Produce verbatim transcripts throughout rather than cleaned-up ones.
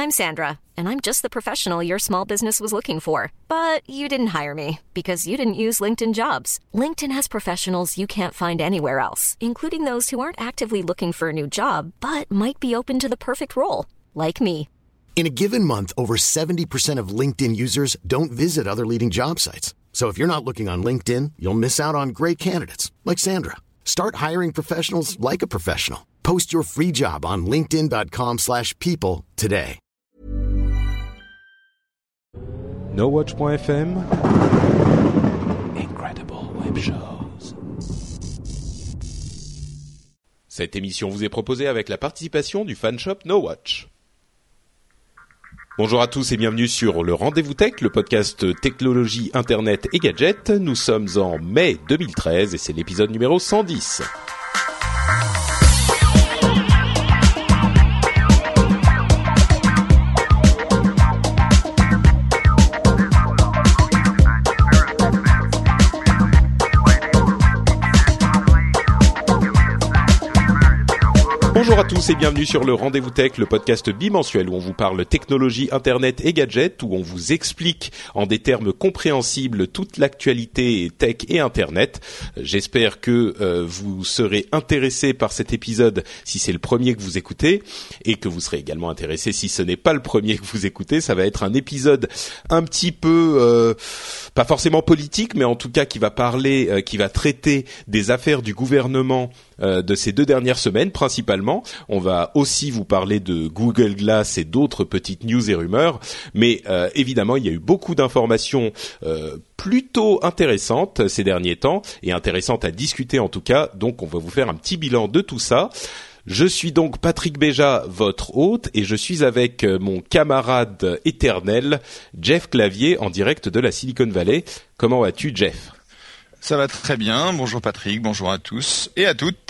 I'm Sandra, and I'm just the professional your small business was looking for. But you didn't hire me because you didn't use LinkedIn Jobs. LinkedIn has professionals you can't find anywhere else, including those who aren't actively looking for a new job, but might be open to the perfect role, like me. In a given month, over seventy percent of LinkedIn users don't visit other leading job sites. So if you're not looking on LinkedIn, you'll miss out on great candidates like Sandra. Start hiring professionals like a professional. Post your free job on linkedin.com slash people today. no watch point f m Incredible Web Shows. Cette émission vous est proposée avec la participation du fanshop NoWatch. Bonjour à tous et bienvenue sur le Rendez-vous Tech, le podcast technologie, internet et gadgets. Nous sommes en mai deux mille treize et c'est l'épisode numéro cent dix. Bonjour à tous et bienvenue sur le Rendez-vous Tech, le podcast bimensuel où on vous parle technologie, internet et gadgets, où on vous explique en des termes compréhensibles toute l'actualité tech et internet. J'espère que euh, vous serez intéressés par cet épisode si c'est le premier que vous écoutez et que vous serez également intéressés si ce n'est pas le premier que vous écoutez. Ça va être un épisode un petit peu, euh, pas forcément politique, mais en tout cas qui va parler, euh, qui va traiter des affaires du gouvernement euh, de ces deux dernières semaines principalement. On va aussi vous parler de Google Glass et d'autres petites news et rumeurs, mais euh, évidemment il y a eu beaucoup d'informations euh, plutôt intéressantes ces derniers temps et intéressantes à discuter en tout cas, donc on va vous faire un petit bilan de tout ça. Je suis donc Patrick Béja, votre hôte, et je suis avec mon camarade éternel Jeff Clavier en direct de la Silicon Valley. Comment vas-tu, Jeff ? Ça va très bien, bonjour Patrick, bonjour à tous et à toutes.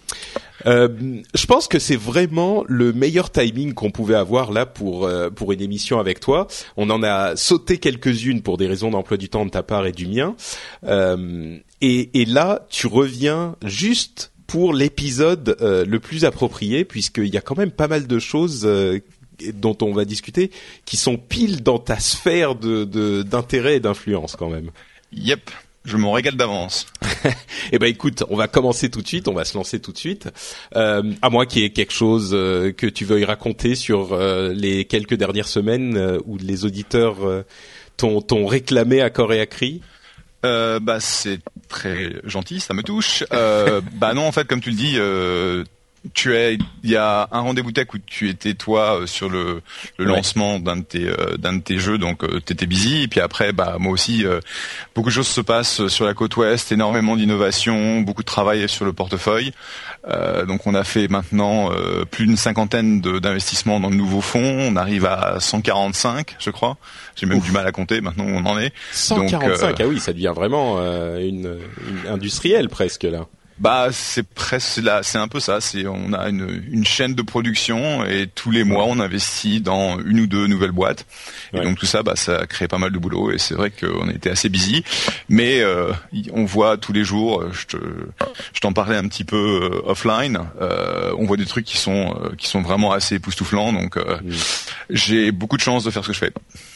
Euh, je pense que c'est vraiment le meilleur timing qu'on pouvait avoir là pour euh, pour une émission avec toi. On en a sauté quelques-unes pour des raisons d'emploi du temps de ta part et du mien. Euh, et, et là, tu reviens juste pour l'épisode euh, le plus approprié, puisqu'il y a quand même pas mal de choses euh, dont on va discuter qui sont pile dans ta sphère de, de d'intérêt et d'influence quand même. Yep. Je m'en régale d'avance. Eh ben écoute, on va commencer tout de suite, on va se lancer tout de suite. Euh, à moins qu'il y ait quelque chose euh, que tu veuilles raconter sur euh, les quelques dernières semaines euh, où les auditeurs euh, t'ont, t'ont réclamé à corps et à cri. Euh, bah c'est très gentil, ça me touche. Euh, bah non, en fait, comme tu le dis. Euh, Tu es, il y a un rendez-vous tech où tu étais toi sur le, le ouais. lancement d'un de tes euh, d'un de tes jeux, donc euh, t'étais busy. Et puis après, bah moi aussi, euh, beaucoup de choses se passent sur la côte ouest, énormément d'innovations, beaucoup de travail sur le portefeuille. Euh, donc on a fait maintenant euh, plus d'une cinquantaine de, d'investissements dans de nouveaux fonds. On arrive à cent quarante-cinq, je crois. J'ai même Ouf. du mal à compter maintenant où on en est. cent quarante-cinq, donc, euh, ah oui, ça devient vraiment euh, une, une industrielle presque là. Bah c'est presque là, c'est un peu ça. C'est on a une, une chaîne de production et tous les mois on investit dans une ou deux nouvelles boîtes. Et ouais. donc tout ça, bah ça crée pas mal de boulot et c'est vrai qu'on a été assez busy. Mais euh, on voit tous les jours. Je te, je t'en parlais un petit peu euh, offline. Euh, on voit des trucs qui sont euh, qui sont vraiment assez époustouflants. Donc euh, mmh. j'ai beaucoup de chance de faire ce que je fais.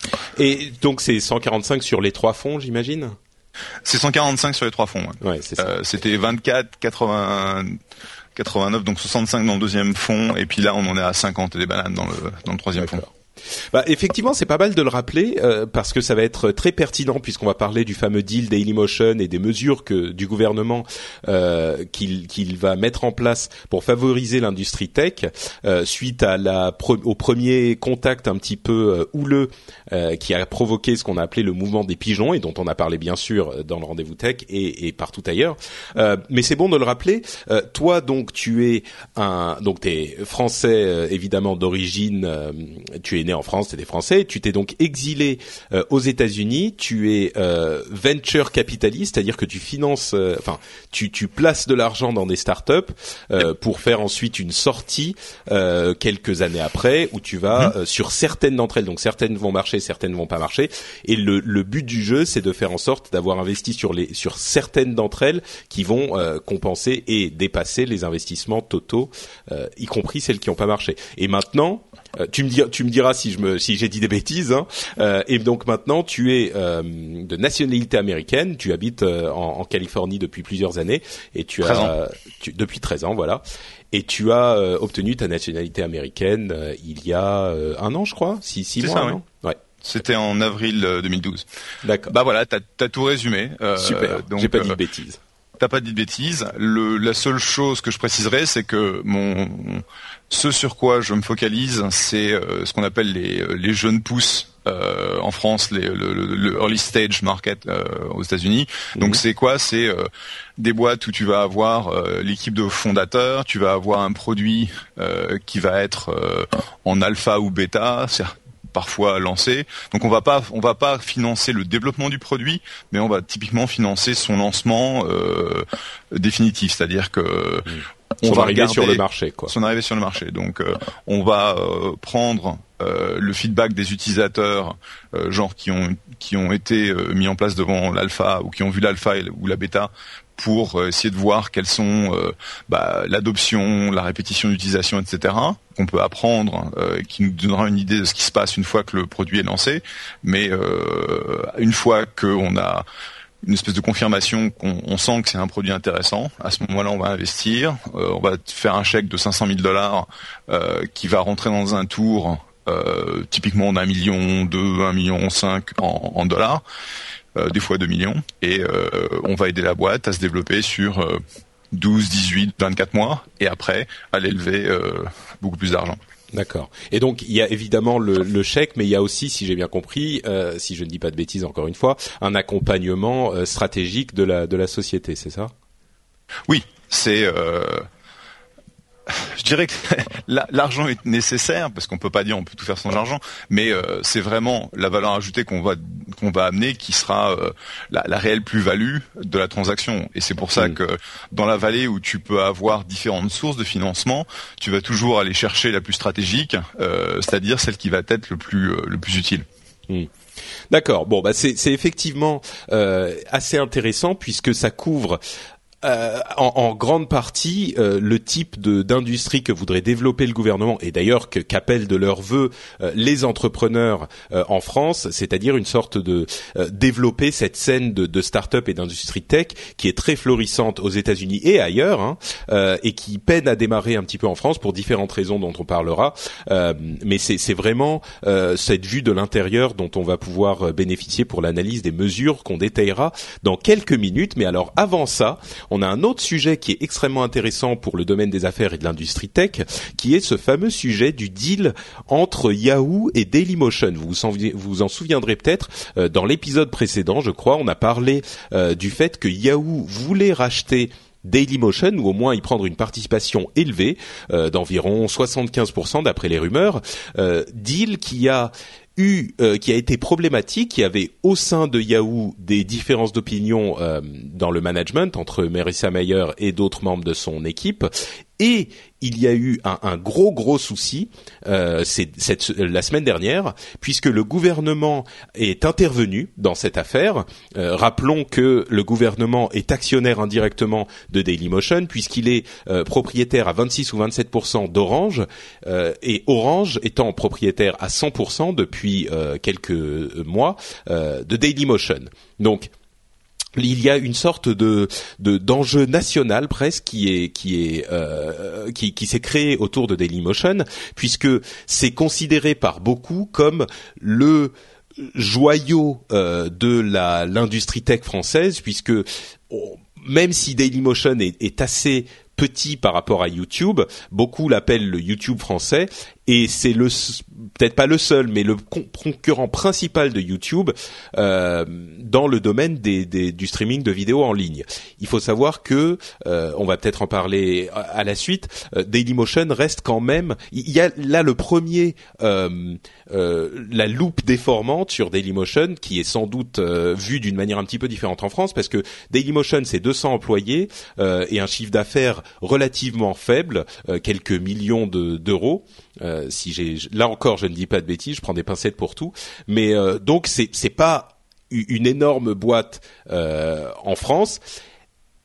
Et donc c'est cent quarante-cinq sur les trois fonds, j'imagine. C'est cent quarante-cinq sur les trois fonds. Ouais. Ouais, c'est ça. Euh, c'était vingt-quatre, quatre-vingts, quatre-vingt-neuf, donc soixante-cinq dans le deuxième fonds, et puis là on en est à cinquante et des bananes dans le dans le troisième D'accord. fonds. Bah effectivement, c'est pas mal de le rappeler euh, parce que ça va être très pertinent puisqu'on va parler du fameux deal Dailymotion et des mesures que du gouvernement euh, qu'il qu'il va mettre en place pour favoriser l'industrie tech euh, suite à la pro- au premier contact un petit peu euh, houleux euh, qui a provoqué ce qu'on a appelé le mouvement des pigeons et dont on a parlé bien sûr dans le Rendez-vous Tech et, et partout ailleurs. Euh, mais c'est bon de le rappeler. Euh, toi donc tu es un donc t'es français euh, évidemment d'origine. Euh, tu es né en France, t'es des Français, tu t'es donc exilé euh, aux États-Unis, tu es euh, venture capitaliste, c'est-à-dire que tu finances, euh, enfin, tu, tu places de l'argent dans des startups euh, pour faire ensuite une sortie euh, quelques années après où tu vas mmh. euh, sur certaines d'entre elles, donc certaines vont marcher, certaines vont pas marcher, et le, le but du jeu, c'est de faire en sorte d'avoir investi sur les sur certaines d'entre elles qui vont euh, compenser et dépasser les investissements totaux, euh, y compris celles qui n'ont pas marché. Et maintenant, Euh, tu me dis, tu me diras si je me, si j'ai dit des bêtises. Hein. Euh, et donc maintenant, tu es euh, de nationalité américaine. Tu habites euh, en, en Californie depuis plusieurs années et tu treize as ans. Tu, depuis treize ans, voilà. Et tu as euh, obtenu ta nationalité américaine euh, il y a euh, un an, je crois, six, six C'est mois, ça, non oui. Ouais. C'était en avril deux mille douze. D'accord. Bah voilà, t'as, t'as tout résumé. Euh, Super. Donc, J'ai pas dit euh, de bêtises. T'as pas dit de bêtises. Le, la seule chose que je préciserai, c'est que mon, ce sur quoi je me focalise, c'est euh, ce qu'on appelle les, les jeunes pousses. Euh, en France, les, le, le early stage market euh, aux États-Unis. Donc mmh. c'est quoi ? C'est euh, des boîtes où tu vas avoir euh, l'équipe de fondateurs, tu vas avoir un produit euh, qui va être euh, en alpha ou bêta, c'est parfois lancé. Donc on va pas, on va pas financer le développement du produit, mais on va typiquement financer son lancement euh, définitif, c'est-à-dire que mmh. on son va arriver sur le marché, quoi. Son arrivée sur le marché. Donc euh, on va euh, prendre Euh, le feedback des utilisateurs, euh, genre qui ont qui ont été euh, mis en place devant l'alpha ou qui ont vu l'alpha ou la bêta, pour euh, essayer de voir quelles sont euh, bah, l'adoption, la répétition d'utilisation, et cetera. Qu'on peut apprendre, euh, qui nous donnera une idée de ce qui se passe une fois que le produit est lancé. Mais euh, une fois qu'on a une espèce de confirmation qu'on on sent que c'est un produit intéressant, à ce moment-là, on va investir. Euh, on va faire un chèque de cinq cent mille dollars euh, qui va rentrer dans un tour. Euh, typiquement d'un million deux, un million cinq en, en dollars, euh, des fois deux millions, et euh, on va aider la boîte à se développer sur euh, douze, dix-huit, vingt-quatre mois, et après à l'élever euh, beaucoup plus d'argent. D'accord. Et donc il y a évidemment le, le chèque, mais il y a aussi, si j'ai bien compris, euh, si je ne dis pas de bêtises encore une fois, un accompagnement euh, stratégique de la de la société, c'est ça ? Oui, c'est. Euh Je dirais que l'argent est nécessaire parce qu'on peut pas dire on peut tout faire sans argent, mais euh, c'est vraiment la valeur ajoutée qu'on va qu'on va amener qui sera euh, la, la réelle plus-value de la transaction. Et c'est pour ça mmh. que dans la vallée où tu peux avoir différentes sources de financement, tu vas toujours aller chercher la plus stratégique, euh, c'est-à-dire celle qui va être le plus euh, le plus utile. Mmh. D'accord. Bon, bah c'est c'est effectivement euh, assez intéressant puisque ça couvre Euh, en, en grande partie euh, le type de d'industrie que voudrait développer le gouvernement et d'ailleurs que qu'appellent de leur vœu euh, les entrepreneurs euh, en France, c'est-à-dire une sorte de euh, développer cette scène de, de start-up et d'industrie tech qui est très florissante aux États-Unis et ailleurs, hein, euh, et qui peine à démarrer un petit peu en France pour différentes raisons dont on parlera. Euh, mais c'est, c'est vraiment euh, cette vue de l'intérieur dont on va pouvoir bénéficier pour l'analyse des mesures qu'on détaillera dans quelques minutes. Mais alors avant ça, on a un autre sujet qui est extrêmement intéressant pour le domaine des affaires et de l'industrie tech, qui est ce fameux sujet du deal entre Yahoo et Dailymotion. Vous vous en, vous vous en souviendrez peut-être, euh, dans l'épisode précédent, je crois, on a parlé euh, du fait que Yahoo voulait racheter Dailymotion, ou au moins y prendre une participation élevée, euh, d'environ soixante-quinze pour cent d'après les rumeurs, euh, deal qui a eu euh, qui a été problématique, qui avait au sein de Yahoo des différences d'opinion euh, dans le management entre Marissa Mayer et d'autres membres de son équipe. Et il y a eu un, un gros gros souci euh, c'est, cette, la semaine dernière, puisque le gouvernement est intervenu dans cette affaire. Euh, rappelons que le gouvernement est actionnaire indirectement de Dailymotion, puisqu'il est euh, propriétaire à vingt-six ou vingt-sept pour cent d'Orange, euh, et Orange étant propriétaire à cent pour cent depuis euh, quelques mois euh, de Dailymotion. Donc il y a une sorte de, de d'enjeu national presque qui est qui est euh, qui qui s'est créé autour de Dailymotion, puisque c'est considéré par beaucoup comme le joyau euh, de la l'industrie tech française, puisque oh, même si Dailymotion est, est assez petit par rapport à YouTube, beaucoup l'appellent le YouTube français, et c'est le peut-être pas le seul, mais le concurrent principal de YouTube euh, dans le domaine des, des, du streaming de vidéos en ligne. Il faut savoir que, euh, on va peut-être en parler à, à la suite, euh, Dailymotion reste quand même, il y a là le premier, euh, euh, la loupe déformante sur Dailymotion, qui est sans doute euh, vue d'une manière un petit peu différente en France, parce que Dailymotion c'est deux cents employés euh, et un chiffre d'affaires relativement faible, euh, quelques millions de, d'euros. Euh, si j'ai là encore, je ne dis pas de bêtises, je prends des pincettes pour tout, mais euh, donc c'est c'est pas une énorme boîte euh, en France.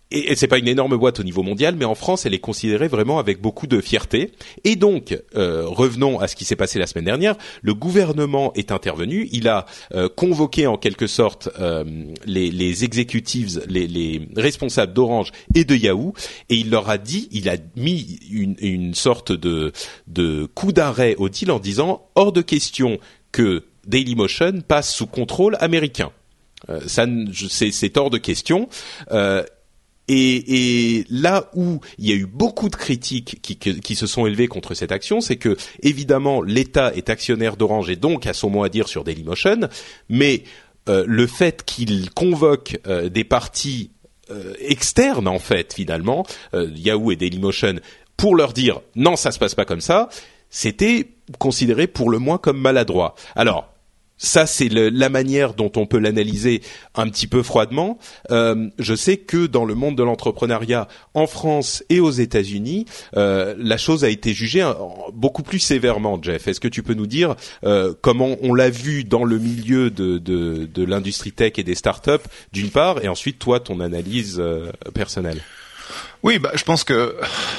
et, et c'est pas une énorme boîte au niveau mondial, mais en France, elle est considérée vraiment avec beaucoup de fierté. Et donc, euh, revenons à ce qui s'est passé la semaine dernière. Le gouvernement est intervenu. Il a euh, convoqué en quelque sorte euh, les, les executives, les, les responsables d'Orange et de Yahoo, et il leur a dit, il a mis une, une sorte de, de coup d'arrêt au deal en disant hors de question que Dailymotion passe sous contrôle américain. Euh, ça, c'est, c'est hors de question. Euh, Et, et là où il y a eu beaucoup de critiques qui, qui se sont élevées contre cette action, c'est que évidemment l'État est actionnaire d'Orange et donc a son mot à dire sur Dailymotion, mais euh, le fait qu'il convoque euh, des parties euh, externes en fait finalement, euh, Yahoo et Dailymotion, pour leur dire non ça se passe pas comme ça, c'était considéré pour le moins comme maladroit. Alors ça, c'est le, la manière dont on peut l'analyser un petit peu froidement. Euh, je sais que dans le monde de l'entrepreneuriat, en France et aux États-Unis, euh, la chose a été jugée beaucoup plus sévèrement. Jeff, est-ce que tu peux nous dire euh, comment on l'a vu dans le milieu de, de, de l'industrie tech et des startups, d'une part, et ensuite toi, ton analyse euh, personnelle? Oui, bah, je pense que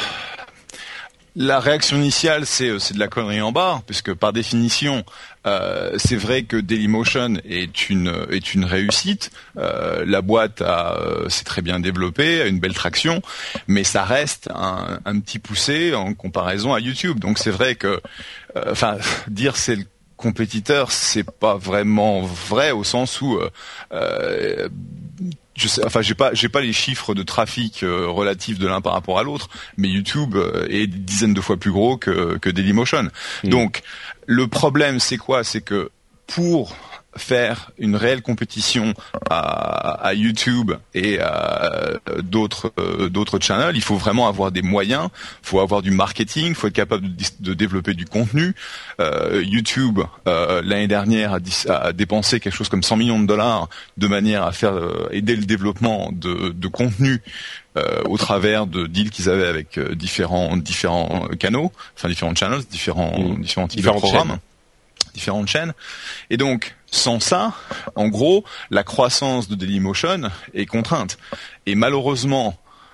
la réaction initiale, c'est, c'est de la connerie en barre, puisque par définition, euh, c'est vrai que Dailymotion est une est une réussite. Euh, la boîte a, euh, s'est très bien développée, a une belle traction, mais ça reste un, un petit poussé en comparaison à YouTube. Donc c'est vrai que, enfin, euh, dire c'est le compétiteur, c'est pas vraiment vrai au sens où euh, euh, je sais, enfin, j'ai pas, j'ai pas les chiffres de trafic euh, relatifs de l'un par rapport à l'autre, mais YouTube euh, est des dizaines de fois plus gros que, que Dailymotion. Mmh. Donc, le problème, c'est quoi? C'est que pour faire une réelle compétition à, à YouTube et à d'autres euh, d'autres channels, il faut vraiment avoir des moyens, il faut avoir du marketing, il faut être capable de, de développer du contenu. Euh, YouTube euh, l'année dernière a, a dépensé quelque chose comme cent millions de dollars de manière à faire euh, aider le développement de, de contenu euh, au travers de deals qu'ils avaient avec euh, différents différents canaux, enfin différents channels, différents mmh. différents types différentes de programmes. Chaînes. différentes chaînes. Et donc, sans ça, en gros, la croissance de Dailymotion est contrainte. Et malheureusement,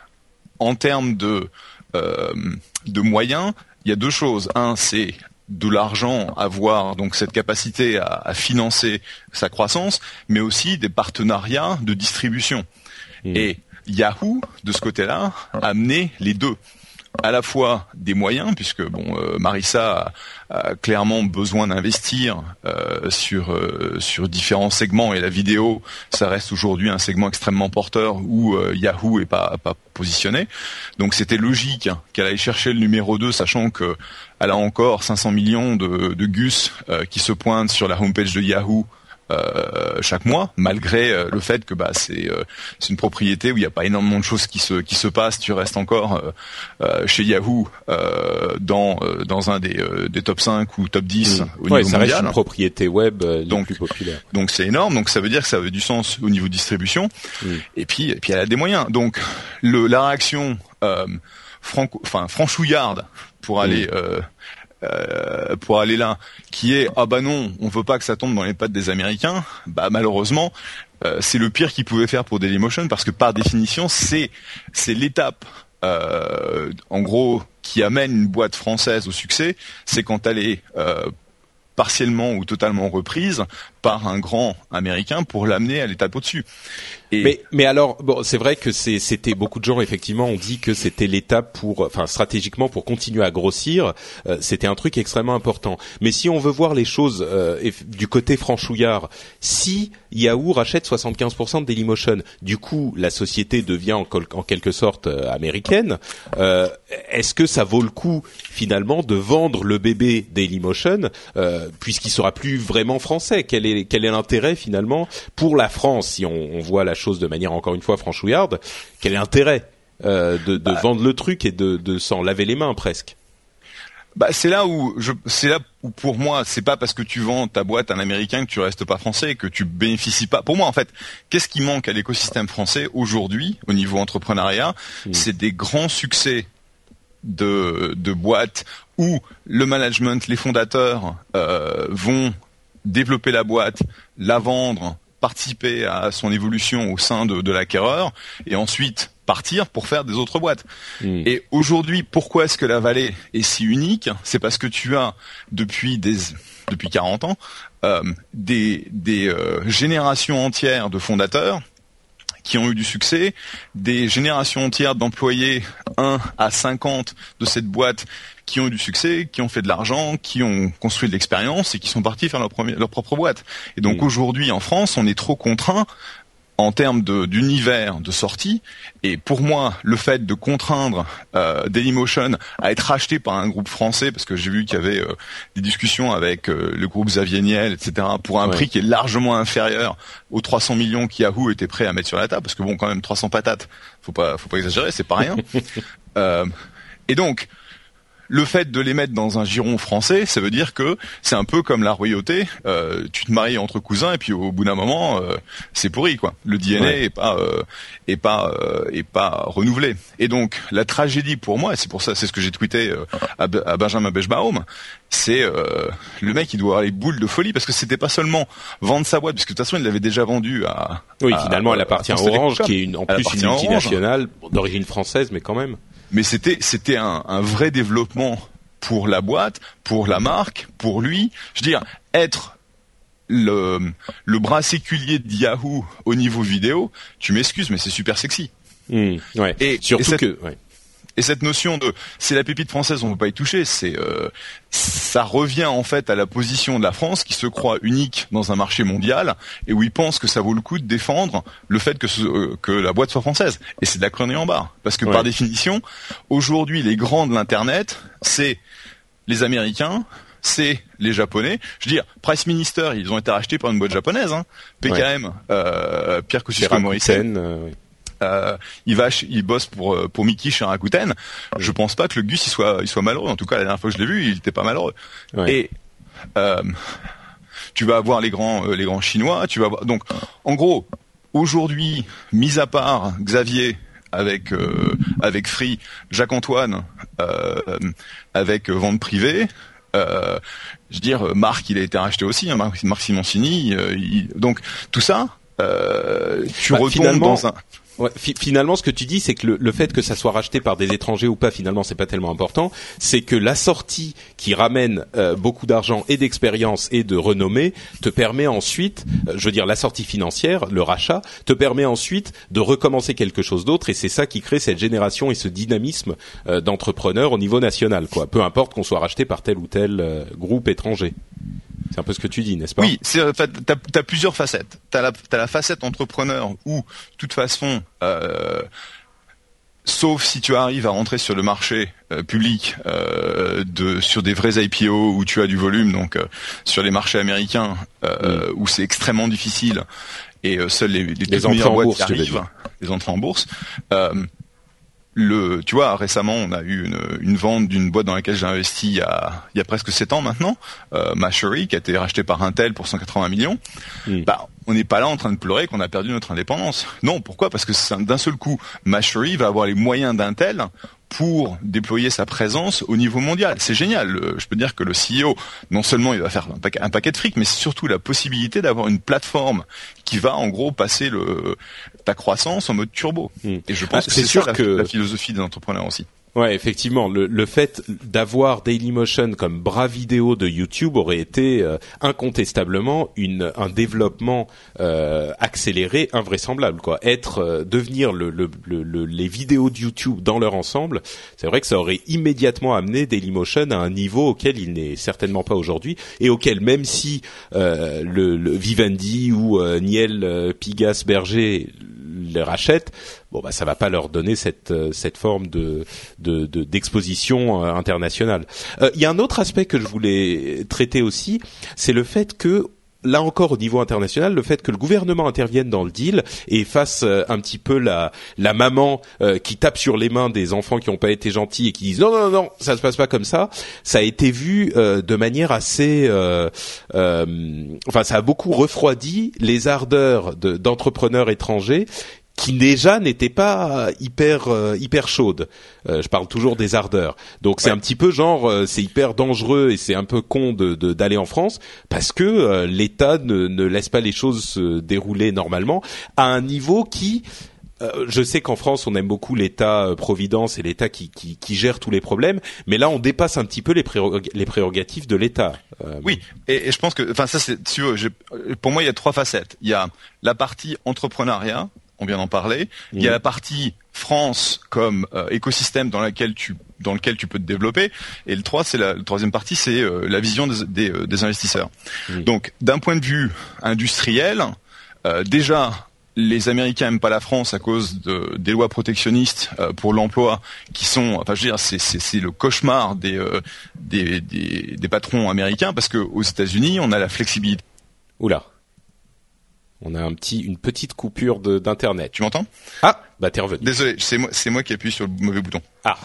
en termes de, euh, de moyens, il y a deux choses. Un, c'est de l'argent, avoir donc cette capacité à, à financer sa croissance, mais aussi des partenariats de distribution. Mmh. Et Yahoo, de ce côté-là, a amené les deux. À la fois des moyens, puisque bon, euh, Marissa a, a clairement besoin d'investir euh, sur euh, sur différents segments, et la vidéo, ça reste aujourd'hui un segment extrêmement porteur où euh, Yahoo est pas pas positionné. Donc c'était logique hein, qu'elle aille chercher le numéro deux, sachant que elle a encore cinq cents millions de, de gus euh, qui se pointent sur la homepage de Yahoo. Euh, chaque mois, malgré euh, le fait que bah c'est euh, c'est une propriété où il n'y a pas énormément de choses qui se qui se passent. Tu restes encore euh, euh, chez Yahoo euh, dans euh, dans un des euh, des top cinq ou top dix mmh. au ouais, niveau ça mondial. Reste une propriété web euh, donc les plus populaire. Donc c'est énorme. Donc ça veut dire que ça avait du sens au niveau distribution. Mmh. Et puis et puis elle a des moyens. Donc le la réaction euh, franco enfin franchouillarde pour aller mmh. euh, Euh, pour aller là, qui est ah bah non, on veut pas que ça tombe dans les pattes des Américains. Bah malheureusement, euh, c'est le pire qu'ils pouvaient faire pour Dailymotion, parce que par définition, c'est c'est l'étape euh, en gros qui amène une boîte française au succès, c'est quand elle est euh, partiellement ou totalement reprise par un grand américain pour l'amener à l'étape au-dessus. Et mais, mais alors, bon, c'est vrai que c'est, c'était beaucoup de gens effectivement ont dit que c'était l'étape pour, enfin stratégiquement pour continuer à grossir, euh, c'était un truc extrêmement important. Mais si on veut voir les choses euh, du côté franchouillard, si Yahoo rachète soixante-quinze pour cent de Dailymotion, du coup la société devient en, col- en quelque sorte euh, américaine. Euh, est-ce que ça vaut le coup finalement de vendre le bébé Dailymotion euh, puisqu'il sera plus vraiment français? Quel est quel est l'intérêt finalement pour la France, si on, on voit la chose de manière encore une fois franchouillarde? Quel est l'intérêt euh, de, de bah, vendre le truc et de, de s'en laver les mains presque? Bah c'est là où je c'est là où pour moi c'est pas parce que tu vends ta boîte à un Américain que tu restes pas français, que tu bénéficies pas. Pour moi en fait, qu'est-ce qui manque à l'écosystème français aujourd'hui au niveau entrepreneuriat? mmh. C'est des grands succès de de boîtes où le management, les fondateurs euh, vont développer la boîte, la vendre participer à son évolution au sein de, de l'acquéreur et ensuite partir pour faire des autres boîtes. Mmh. Et aujourd'hui, pourquoi est-ce que la vallée est si unique ? C'est parce que tu as depuis des depuis quarante ans euh, des des euh, générations entières de fondateurs qui ont eu du succès, des générations entières d'employés un à cinquante de cette boîte qui ont eu du succès, qui ont fait de l'argent, qui ont construit de l'expérience et qui sont partis faire leur, premier, leur propre boîte. Et donc mmh. aujourd'hui en France, on est trop contraint en termes de, d'univers de sortie. Et pour moi, le fait de contraindre euh, Dailymotion à être racheté par un groupe français, parce que j'ai vu qu'il y avait euh, des discussions avec euh, le groupe Xavier Niel, et cetera, pour un ouais. prix qui est largement inférieur aux trois cents millions qu'Yahoo était prêt à mettre sur la table, parce que bon, quand même, trois cents patates, faut pas, faut pas exagérer, c'est pas rien. euh, et donc, le fait de les mettre dans un giron français, ça veut dire que c'est un peu comme la royauté. Euh, tu te maries entre cousins et puis au bout d'un moment, euh, c'est pourri quoi. Le D N A ouais. est pas euh, est pas euh, est pas renouvelé. Et donc la tragédie pour moi, et c'est pour ça, c'est ce que j'ai tweeté euh, à, à Benjamin Bechbaum, c'est euh, le mec il doit avoir les boules de folie parce que c'était pas seulement vendre sa boîte, parce que de toute façon il l'avait déjà vendue à. Oui, à, finalement à, elle appartient à Orange, qui est une, en plus une multinationale d'origine française, mais quand même. Mais c'était c'était un, un vrai développement pour la boîte, pour la marque, pour lui. Je veux dire, être le le bras séculier de Yahoo au niveau vidéo, tu m'excuses, mais c'est super sexy. Mmh, ouais. Et surtout et cette, que ouais. Et cette notion de c'est la pépite française, on ne peut pas y toucher, c'est euh, ça revient en fait à la position de la France qui se croit unique dans un marché mondial et où il pense que ça vaut le coup de défendre le fait que ce, euh, que la boîte soit française. Et c'est de la crâne en barre, parce que ouais. par définition, aujourd'hui les grands de l'internet, c'est les Américains, c'est les Japonais. Je veux dire, Price Minister, ils ont été rachetés par une boîte japonaise, hein. P K M, ouais. euh, Pierre Kosciusko-Morizet. Euh, oui. Euh, il va, il bosse pour pour Mickey chez Rakuten. Je pense pas que le Gus il soit il soit malheureux. En tout cas, la dernière fois que je l'ai vu, il était pas malheureux. Ouais. Et euh, tu vas avoir les grands euh, les grands chinois. Tu vas avoir, donc en gros aujourd'hui, mis à part Xavier avec euh, avec Free, Jacques-Antoine euh, avec euh, vente privée. Euh, je veux dire, Marc, il a été racheté aussi. Hein, Marc, Marc Simoncini. Euh, il, donc tout ça, euh, tu bah, retombes dans un Ouais, fi- finalement, ce que tu dis, c'est que le, le fait que ça soit racheté par des étrangers ou pas, finalement, c'est pas tellement important. C'est que la sortie qui ramène euh, beaucoup d'argent et d'expérience et de renommée te permet ensuite, euh, je veux dire, la sortie financière, le rachat, te permet ensuite de recommencer quelque chose d'autre. Et c'est ça qui crée cette génération et ce dynamisme euh, d'entrepreneurs au niveau national, quoi. Peu importe qu'on soit racheté par tel ou tel euh, groupe étranger. C'est un peu ce que tu dis, n'est-ce pas ? Oui, c'est, en fait, t'as, t'as plusieurs facettes. T'as la, t'as la facette entrepreneur où, de toute façon, euh, sauf si tu arrives à rentrer sur le marché euh, public euh, de sur des vrais I P O où tu as du volume, donc euh, sur les marchés américains euh, mmh. où c'est extrêmement difficile et euh, seules les, les, les toutes meilleures boîtes qui arrivent, les entrées en bourse. Euh, Le, tu vois, récemment, on a eu une, une vente d'une boîte dans laquelle j'ai investi il y a, il y a presque sept ans maintenant, euh, Mashery, qui a été racheté par Intel pour cent quatre-vingts millions. Mmh. Bah, on n'est pas là en train de pleurer qu'on a perdu notre indépendance. Non, pourquoi ? Parce que c'est un, d'un seul coup, Mashery va avoir les moyens d'Intel pour déployer sa présence au niveau mondial. C'est génial. Le, je peux dire que le C E O, non seulement il va faire un paquet, un paquet de fric, mais c'est surtout la possibilité d'avoir une plateforme qui va en gros passer le, ta croissance en mode turbo. Mmh. Et je pense ah, que c'est, c'est sûr ça, que la, la philosophie des entrepreneurs aussi. Ouais, effectivement, le, le fait d'avoir Dailymotion comme bras vidéo de YouTube aurait été euh, incontestablement une un développement euh, accéléré, invraisemblable, quoi. Être euh, devenir le, le, le, le les vidéos de YouTube dans leur ensemble, c'est vrai que ça aurait immédiatement amené Dailymotion à un niveau auquel il n'est certainement pas aujourd'hui et auquel même si euh, le, le Vivendi ou euh, Niel euh, Pigas Berger les rachètent, bon bah ça va pas leur donner cette euh, cette forme de de, de d'exposition euh, internationale. Il euh, y a un autre aspect que je voulais traiter aussi, c'est le fait que là encore au niveau international, le fait que le gouvernement intervienne dans le deal et fasse euh, un petit peu la la maman euh, qui tape sur les mains des enfants qui n'ont pas été gentils et qui disent non non non ça se passe pas comme ça, ça a été vu euh, de manière assez euh, euh, enfin ça a beaucoup refroidi les ardeurs de, d'entrepreneurs étrangers qui déjà n'était pas hyper euh, hyper chaude. Euh, je parle toujours des ardeurs. Donc c'est ouais. un petit peu genre euh, c'est hyper dangereux et c'est un peu con de, de d'aller en France parce que euh, l'État ne, ne laisse pas les choses se dérouler normalement à un niveau qui euh, je sais qu'en France on aime beaucoup l'État euh, providence et l'État qui, qui qui gère tous les problèmes, mais là on dépasse un petit peu les, prérog- les prérogatives de l'État. Euh, oui, et, et je pense que enfin ça c'est si vous, pour moi il y a trois facettes. Il y a la partie entrepreneuriat, on vient d'en parler. Mmh. Il y a la partie France comme euh, écosystème dans laquelle tu dans lequel tu peux te développer. Et le trois, c'est la, la troisième partie, c'est euh, la vision des, des, euh, des investisseurs. Mmh. Donc, d'un point de vue industriel, euh, déjà, les Américains aiment pas la France à cause de, des lois protectionnistes euh, pour l'emploi, qui sont, enfin, je veux dire, c'est, c'est, c'est le cauchemar des, euh, des, des, des patrons américains, parce que aux États-Unis, on a la flexibilité. Oula. On a un petit, une petite coupure de, d'internet. Tu m'entends ? Ah, bah t'es revenu. Désolé, c'est moi, c'est moi qui appuie sur le mauvais bouton. Ah.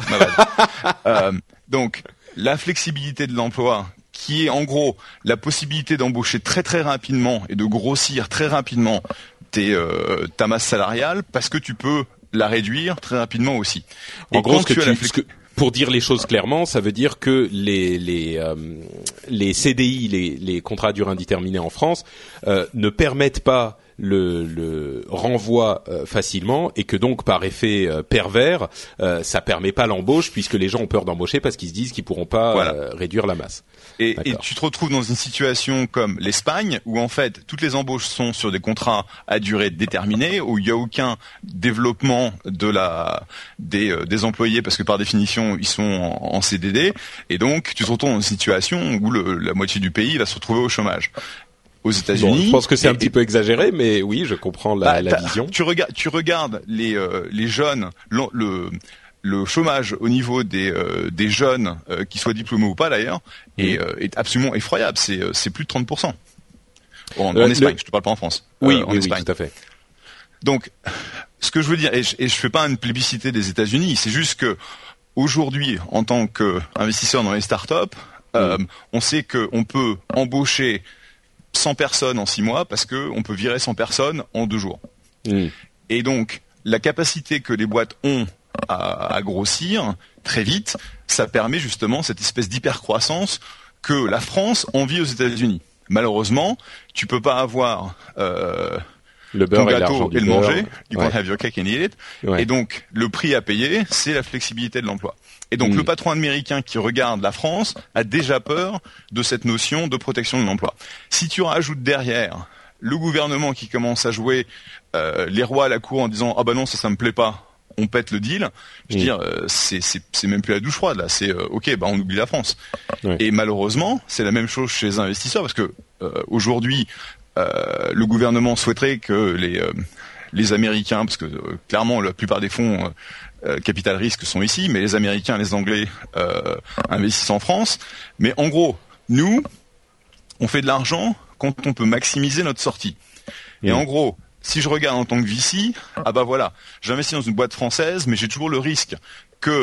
euh, donc, la flexibilité de l'emploi, qui est en gros la possibilité d'embaucher très très rapidement et de grossir très rapidement tes, euh, ta masse salariale, parce que tu peux la réduire très rapidement aussi. En et gros, ce que tu, la flex... que, pour dire les choses clairement, ça veut dire que les les euh, les C D I, les les contrats à durée indéterminée en France, euh, ne permettent pas le, le renvoi euh, facilement et que donc par effet euh, pervers, euh, ça permet pas l'embauche puisque les gens ont peur d'embaucher parce qu'ils se disent qu'ils pourront pas voilà. euh, réduire la masse. Et, et tu te retrouves dans une situation comme l'Espagne où en fait toutes les embauches sont sur des contrats à durée déterminée, où il n'y a aucun développement de la des, euh, des employés parce que par définition ils sont en, en C D D, et donc tu te retrouves dans une situation où le, la moitié du pays va se retrouver au chômage. Aux États-Unis, bon, je pense que c'est un et, petit peu exagéré, mais oui, je comprends la, bah, la vision. Tu regardes, tu regardes les euh, les jeunes, le, le le chômage au niveau des euh, des jeunes, euh, qu'ils soient diplômés ou pas d'ailleurs, mmh. est, euh, est absolument effroyable. C'est c'est plus de trente pour cent en, euh, en Espagne. Le... Je te parle pas en France. Oui, euh, en oui, Espagne. oui, tout à fait. Donc, ce que je veux dire, et je, et je fais pas une plébiscité des États-Unis, c'est juste que aujourd'hui, en tant qu'investisseur dans les startups, mmh. euh, on sait que on peut embaucher cent personnes en six mois parce que on peut virer cent personnes en deux jours. Mmh. Et donc, la capacité que les boîtes ont à, à grossir très vite, ça permet justement cette espèce d'hypercroissance que la France envie aux États-Unis. Malheureusement, tu peux pas avoir euh, le beurre ton gâteau et, et le beurre. manger. You ouais. can't have your cake and eat it. Ouais. Et donc, le prix à payer, c'est la flexibilité de l'emploi. Et donc, mmh. le patron américain qui regarde la France a déjà peur de cette notion de protection de l'emploi. Si tu rajoutes derrière le gouvernement qui commence à jouer euh, les rois à la cour en disant « Ah bah non, ça, ça me plaît pas, on pète le deal », je veux mmh. dire, euh, c'est, c'est, c'est même plus la douche froide, là. C'est euh, « Ok, bah on oublie la France ouais. ». Et malheureusement, c'est la même chose chez les investisseurs parce que euh, aujourd'hui, euh, le gouvernement souhaiterait que les... Euh, les Américains, parce que euh, clairement la plupart des fonds euh, capital risque sont ici, mais les Américains, les Anglais euh, investissent en France. Mais en gros, nous, on fait de l'argent quand on peut maximiser notre sortie. Et mmh. en gros, si je regarde en tant que V C, ah bah voilà, j'investis dans une boîte française, mais j'ai toujours le risque que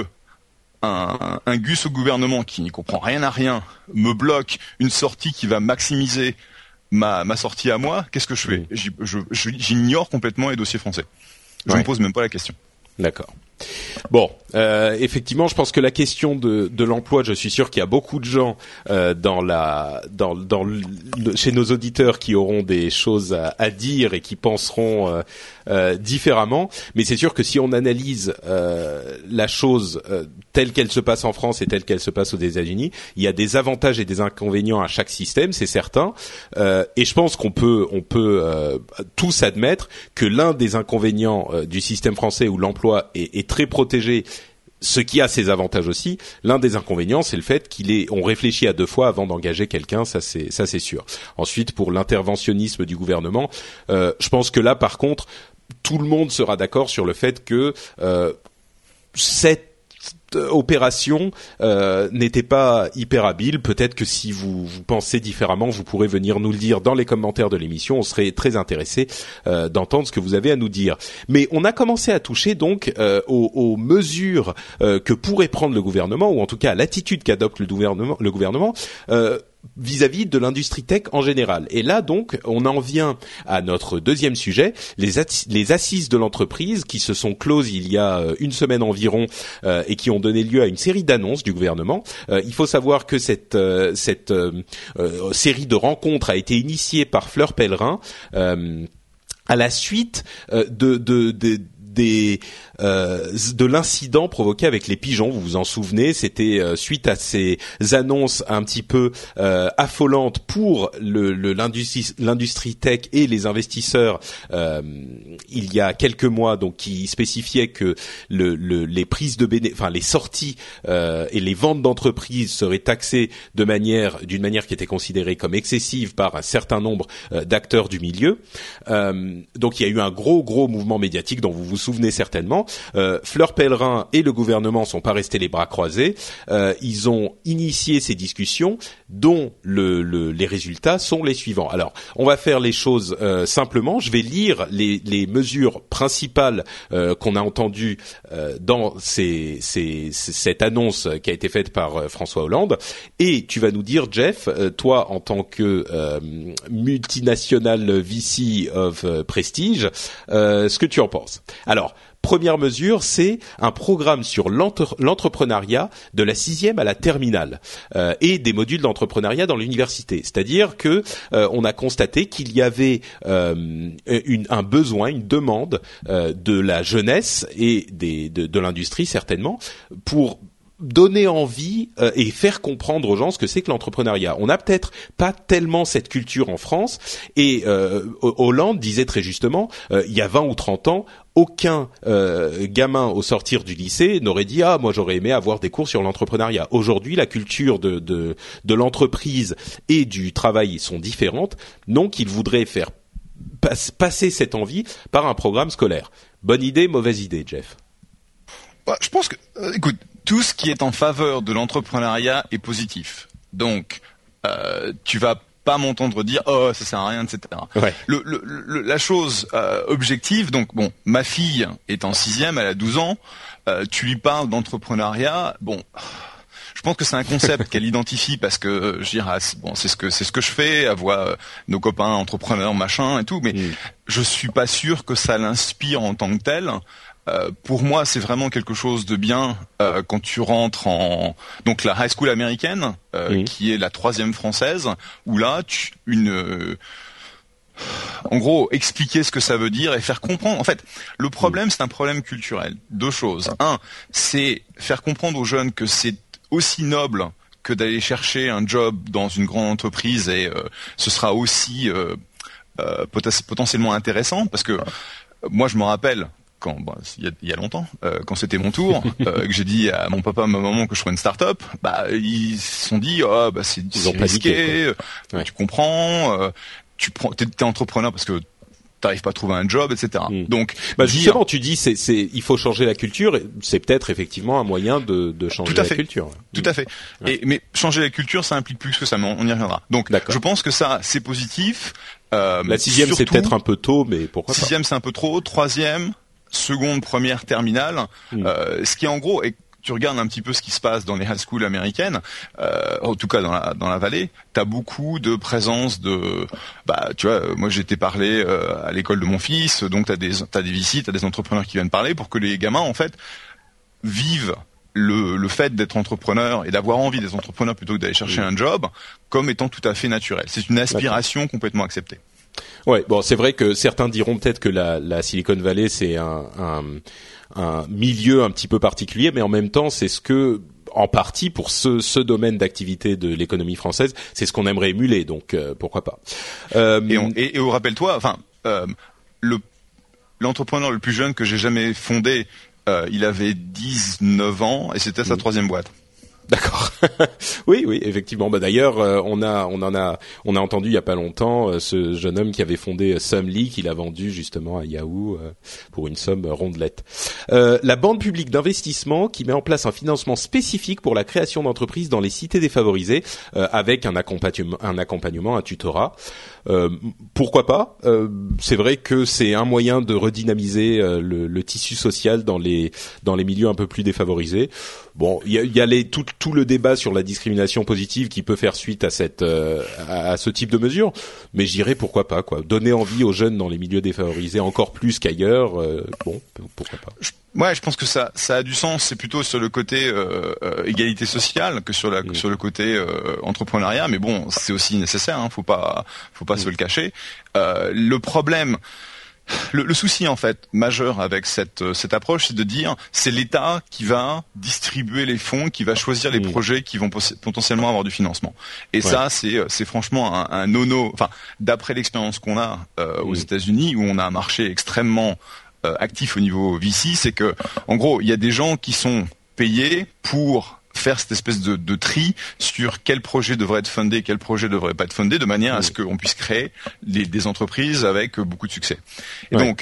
un, un gus au gouvernement qui n'y comprend rien à rien me bloque une sortie qui va maximiser Ma, ma sortie à moi, qu'est-ce que je fais ? J'y, je, je, J'ignore complètement les dossiers français. Je ne ouais. me pose même pas la question. D'accord. Bon, euh, effectivement, je pense que la question de, de l'emploi, je suis sûr qu'il y a beaucoup de gens euh, dans la, dans, dans le, chez nos auditeurs qui auront des choses à, à dire et qui penseront euh, euh, différemment. Mais c'est sûr que si on analyse euh, la chose euh, telle qu'elle se passe en France et telle qu'elle se passe aux États-Unis, il y a des avantages et des inconvénients à chaque système, c'est certain. Euh, et je pense qu'on peut, on peut euh, tous admettre que l'un des inconvénients euh, du système français où l'emploi est, est très protégé, ce qui a ses avantages aussi. L'un des inconvénients, c'est le fait qu'il est, on réfléchit à deux fois avant d'engager quelqu'un, ça c'est, ça c'est sûr. Ensuite, pour l'interventionnisme du gouvernement, euh, je pense que là, par contre, tout le monde sera d'accord sur le fait que euh, cette opération euh, n'était pas hyper habile. Peut-être que si vous, vous pensez différemment, vous pourrez venir nous le dire dans les commentaires de l'émission. On serait très intéressés euh, d'entendre ce que vous avez à nous dire. Mais on a commencé à toucher donc euh, aux, aux mesures euh, que pourrait prendre le gouvernement, ou en tout cas à l'attitude qu'adopte le gouvernement. Le gouvernement. Euh, vis-à-vis de l'industrie tech en général. Et là, donc, on en vient à notre deuxième sujet, les, at- les assises de l'entreprise qui se sont closes il y a une semaine environ euh, et qui ont donné lieu à une série d'annonces du gouvernement. Euh, il faut savoir que cette, euh, cette euh, euh, série de rencontres a été initiée par Fleur Pellerin euh, à la suite euh, de... de, de des euh, de l'incident provoqué avec les pigeons, vous vous en souvenez, c'était euh, suite à ces annonces un petit peu euh, affolantes pour le, le l'industrie l'industrie tech et les investisseurs euh, il y a quelques mois, donc qui spécifiaient que le, le les prises de béné- enfin les sorties euh, et les ventes d'entreprises seraient taxées de manière d'une manière qui était considérée comme excessive par un certain nombre euh, d'acteurs du milieu. Euh, donc il y a eu un gros gros mouvement médiatique dont vous vous souvenez certainement. Euh, Fleur Pellerin et le gouvernement sont pas restés les bras croisés. Euh, ils ont initié ces discussions dont le, le, les résultats sont les suivants. Alors, on va faire les choses euh, simplement. Je vais lire les, les mesures principales euh, qu'on a entendues euh, dans ces, ces, cette annonce qui a été faite par euh, François Hollande. Et tu vas nous dire, Jeff, euh, toi en tant que euh, multinational V C of euh, Prestige, euh, ce que tu en penses. Alors, première mesure, c'est un programme sur l'entre- l'entrepreneuriat de la sixième à la terminale euh, et des modules d'entrepreneuriat dans l'université. C'est-à-dire que euh, on a constaté qu'il y avait euh, une, un besoin, une demande euh, de la jeunesse et des, de, de l'industrie certainement pour donner envie euh, et faire comprendre aux gens ce que c'est que l'entrepreneuriat. On n'a peut-être pas tellement cette culture en France et euh, Hollande disait très justement, euh, il y a vingt ou trente ans, aucun euh, gamin au sortir du lycée n'aurait dit « Ah, moi j'aurais aimé avoir des cours sur l'entrepreneuriat ». Aujourd'hui, la culture de, de, de l'entreprise et du travail sont différentes, donc il voudrait faire pas, passer cette envie par un programme scolaire. Bonne idée, mauvaise idée, Jeff? Bah, je pense que, euh, écoute, tout ce qui est en faveur de l'entrepreneuriat est positif. Donc, euh, tu vas pas m'entendre dire oh ça sert à rien, et cetera. Ouais. Le, le, le, la chose euh, objective, donc bon, ma fille est en sixième, elle a douze ans. Euh, tu lui parles d'entrepreneuriat, bon. Je pense que c'est un concept qu'elle identifie parce que euh, je dirais bon c'est ce que c'est ce que je fais, elle voit euh, nos copains entrepreneurs machin et tout, mais mm. je suis pas sûr que ça l'inspire en tant que tel. Euh, pour moi, c'est vraiment quelque chose de bien euh, quand tu rentres en donc la high school américaine, euh, mmh. qui est la troisième française, où là, tu, une, euh, en gros, expliquer ce que ça veut dire et faire comprendre. En fait, le problème, mmh. c'est un problème culturel. Deux choses. Un, c'est faire comprendre aux jeunes que c'est aussi noble que d'aller chercher un job dans une grande entreprise et euh, ce sera aussi euh, euh, poten- potentiellement intéressant parce que euh, moi, je me rappelle. Quand, bah, il y a, il y a longtemps, euh, quand c'était mon tour, euh, que j'ai dit à mon papa, à ma maman que je ferais une start-up, bah ils se sont dit, oh bah c'est, c'est risqué, ouais. Tu comprends, euh, tu prends, t'es, t'es entrepreneur parce que t'arrives pas à trouver un job, et cetera. Mm. Donc, bah justement, dire, tu dis, c'est, c'est, il faut changer la culture. C'est peut-être effectivement un moyen de, de changer tout à la fait. culture. Tout à fait. Ouais. Et mais changer la culture, ça implique plus que ça, mais on y reviendra. Donc, D'accord. je pense que ça, c'est positif. Euh, la sixième, surtout, c'est peut-être un peu tôt, mais pourquoi sixième, pas. Sixième, c'est un peu trop. Troisième. Seconde, première, terminale, mmh. euh, ce qui est en gros, et tu regardes un petit peu ce qui se passe dans les high schools américaines, euh, en tout cas dans la dans la vallée, t'as beaucoup de présence de, bah tu vois, moi j'ai été parler euh, à l'école de mon fils, donc t'as des t'as des visites, t'as des entrepreneurs qui viennent parler pour que les gamins en fait vivent le le fait d'être entrepreneur et d'avoir envie d'être entrepreneur plutôt que d'aller chercher mmh. un job comme étant tout à fait naturel. C'est une aspiration D'accord. complètement acceptée. Ouais, bon, c'est vrai que certains diront peut-être que la, la Silicon Valley c'est un, un, un milieu un petit peu particulier, mais en même temps c'est ce que, en partie pour ce, ce domaine d'activité de l'économie française, c'est ce qu'on aimerait émuler, donc euh, pourquoi pas. Euh, et, on, et, et rappelle-toi, enfin, euh, le l'entrepreneur le plus jeune que j'ai jamais fondé, euh, il avait dix-neuf ans et c'était mmh. sa troisième boîte. D'accord. oui, oui, effectivement. Bah d'ailleurs, euh, on a, on en a, on a entendu il y a pas longtemps euh, ce jeune homme qui avait fondé euh, Sumly, qu'il a vendu justement à Yahoo euh, pour une somme rondelette. Euh, la Banque publique d'investissement qui met en place un financement spécifique pour la création d'entreprises dans les cités défavorisées, euh, avec un accompagnement, un accompagnement, un tutorat. Euh, pourquoi pas euh, c'est vrai que c'est un moyen de redynamiser euh, le, le tissu social dans les dans les milieux un peu plus défavorisés. Bon, il y a, y a les tout tout le débat débat sur la discrimination positive qui peut faire suite à cette euh, à, à ce type de mesure, mais j'irais pourquoi pas quoi. Donner envie aux jeunes dans les milieux défavorisés encore plus qu'ailleurs, euh, bon pourquoi pas. Je, ouais, je pense que ça ça a du sens. C'est plutôt sur le côté euh, euh, égalité sociale que sur la mmh. que sur le côté euh, entrepreneuriat, mais bon, c'est aussi nécessaire. Hein, faut pas faut pas mmh. se le cacher. Euh, le problème. Le, le souci en fait majeur avec cette cette approche, c'est de dire c'est l'État qui va distribuer les fonds, qui va choisir les mmh. projets qui vont poss- potentiellement avoir du financement. Et ouais. ça, c'est c'est franchement un, un no-no. Enfin, d'après l'expérience qu'on a euh, mmh. aux États-Unis, où on a un marché extrêmement euh, actif au niveau V C, c'est que en gros, il y a des gens qui sont payés pour faire cette espèce de, de tri sur quel projet devrait être fundé, quel projet devrait pas être fundé, de manière à ce qu'on puisse créer les, des entreprises avec beaucoup de succès. Et ouais. donc,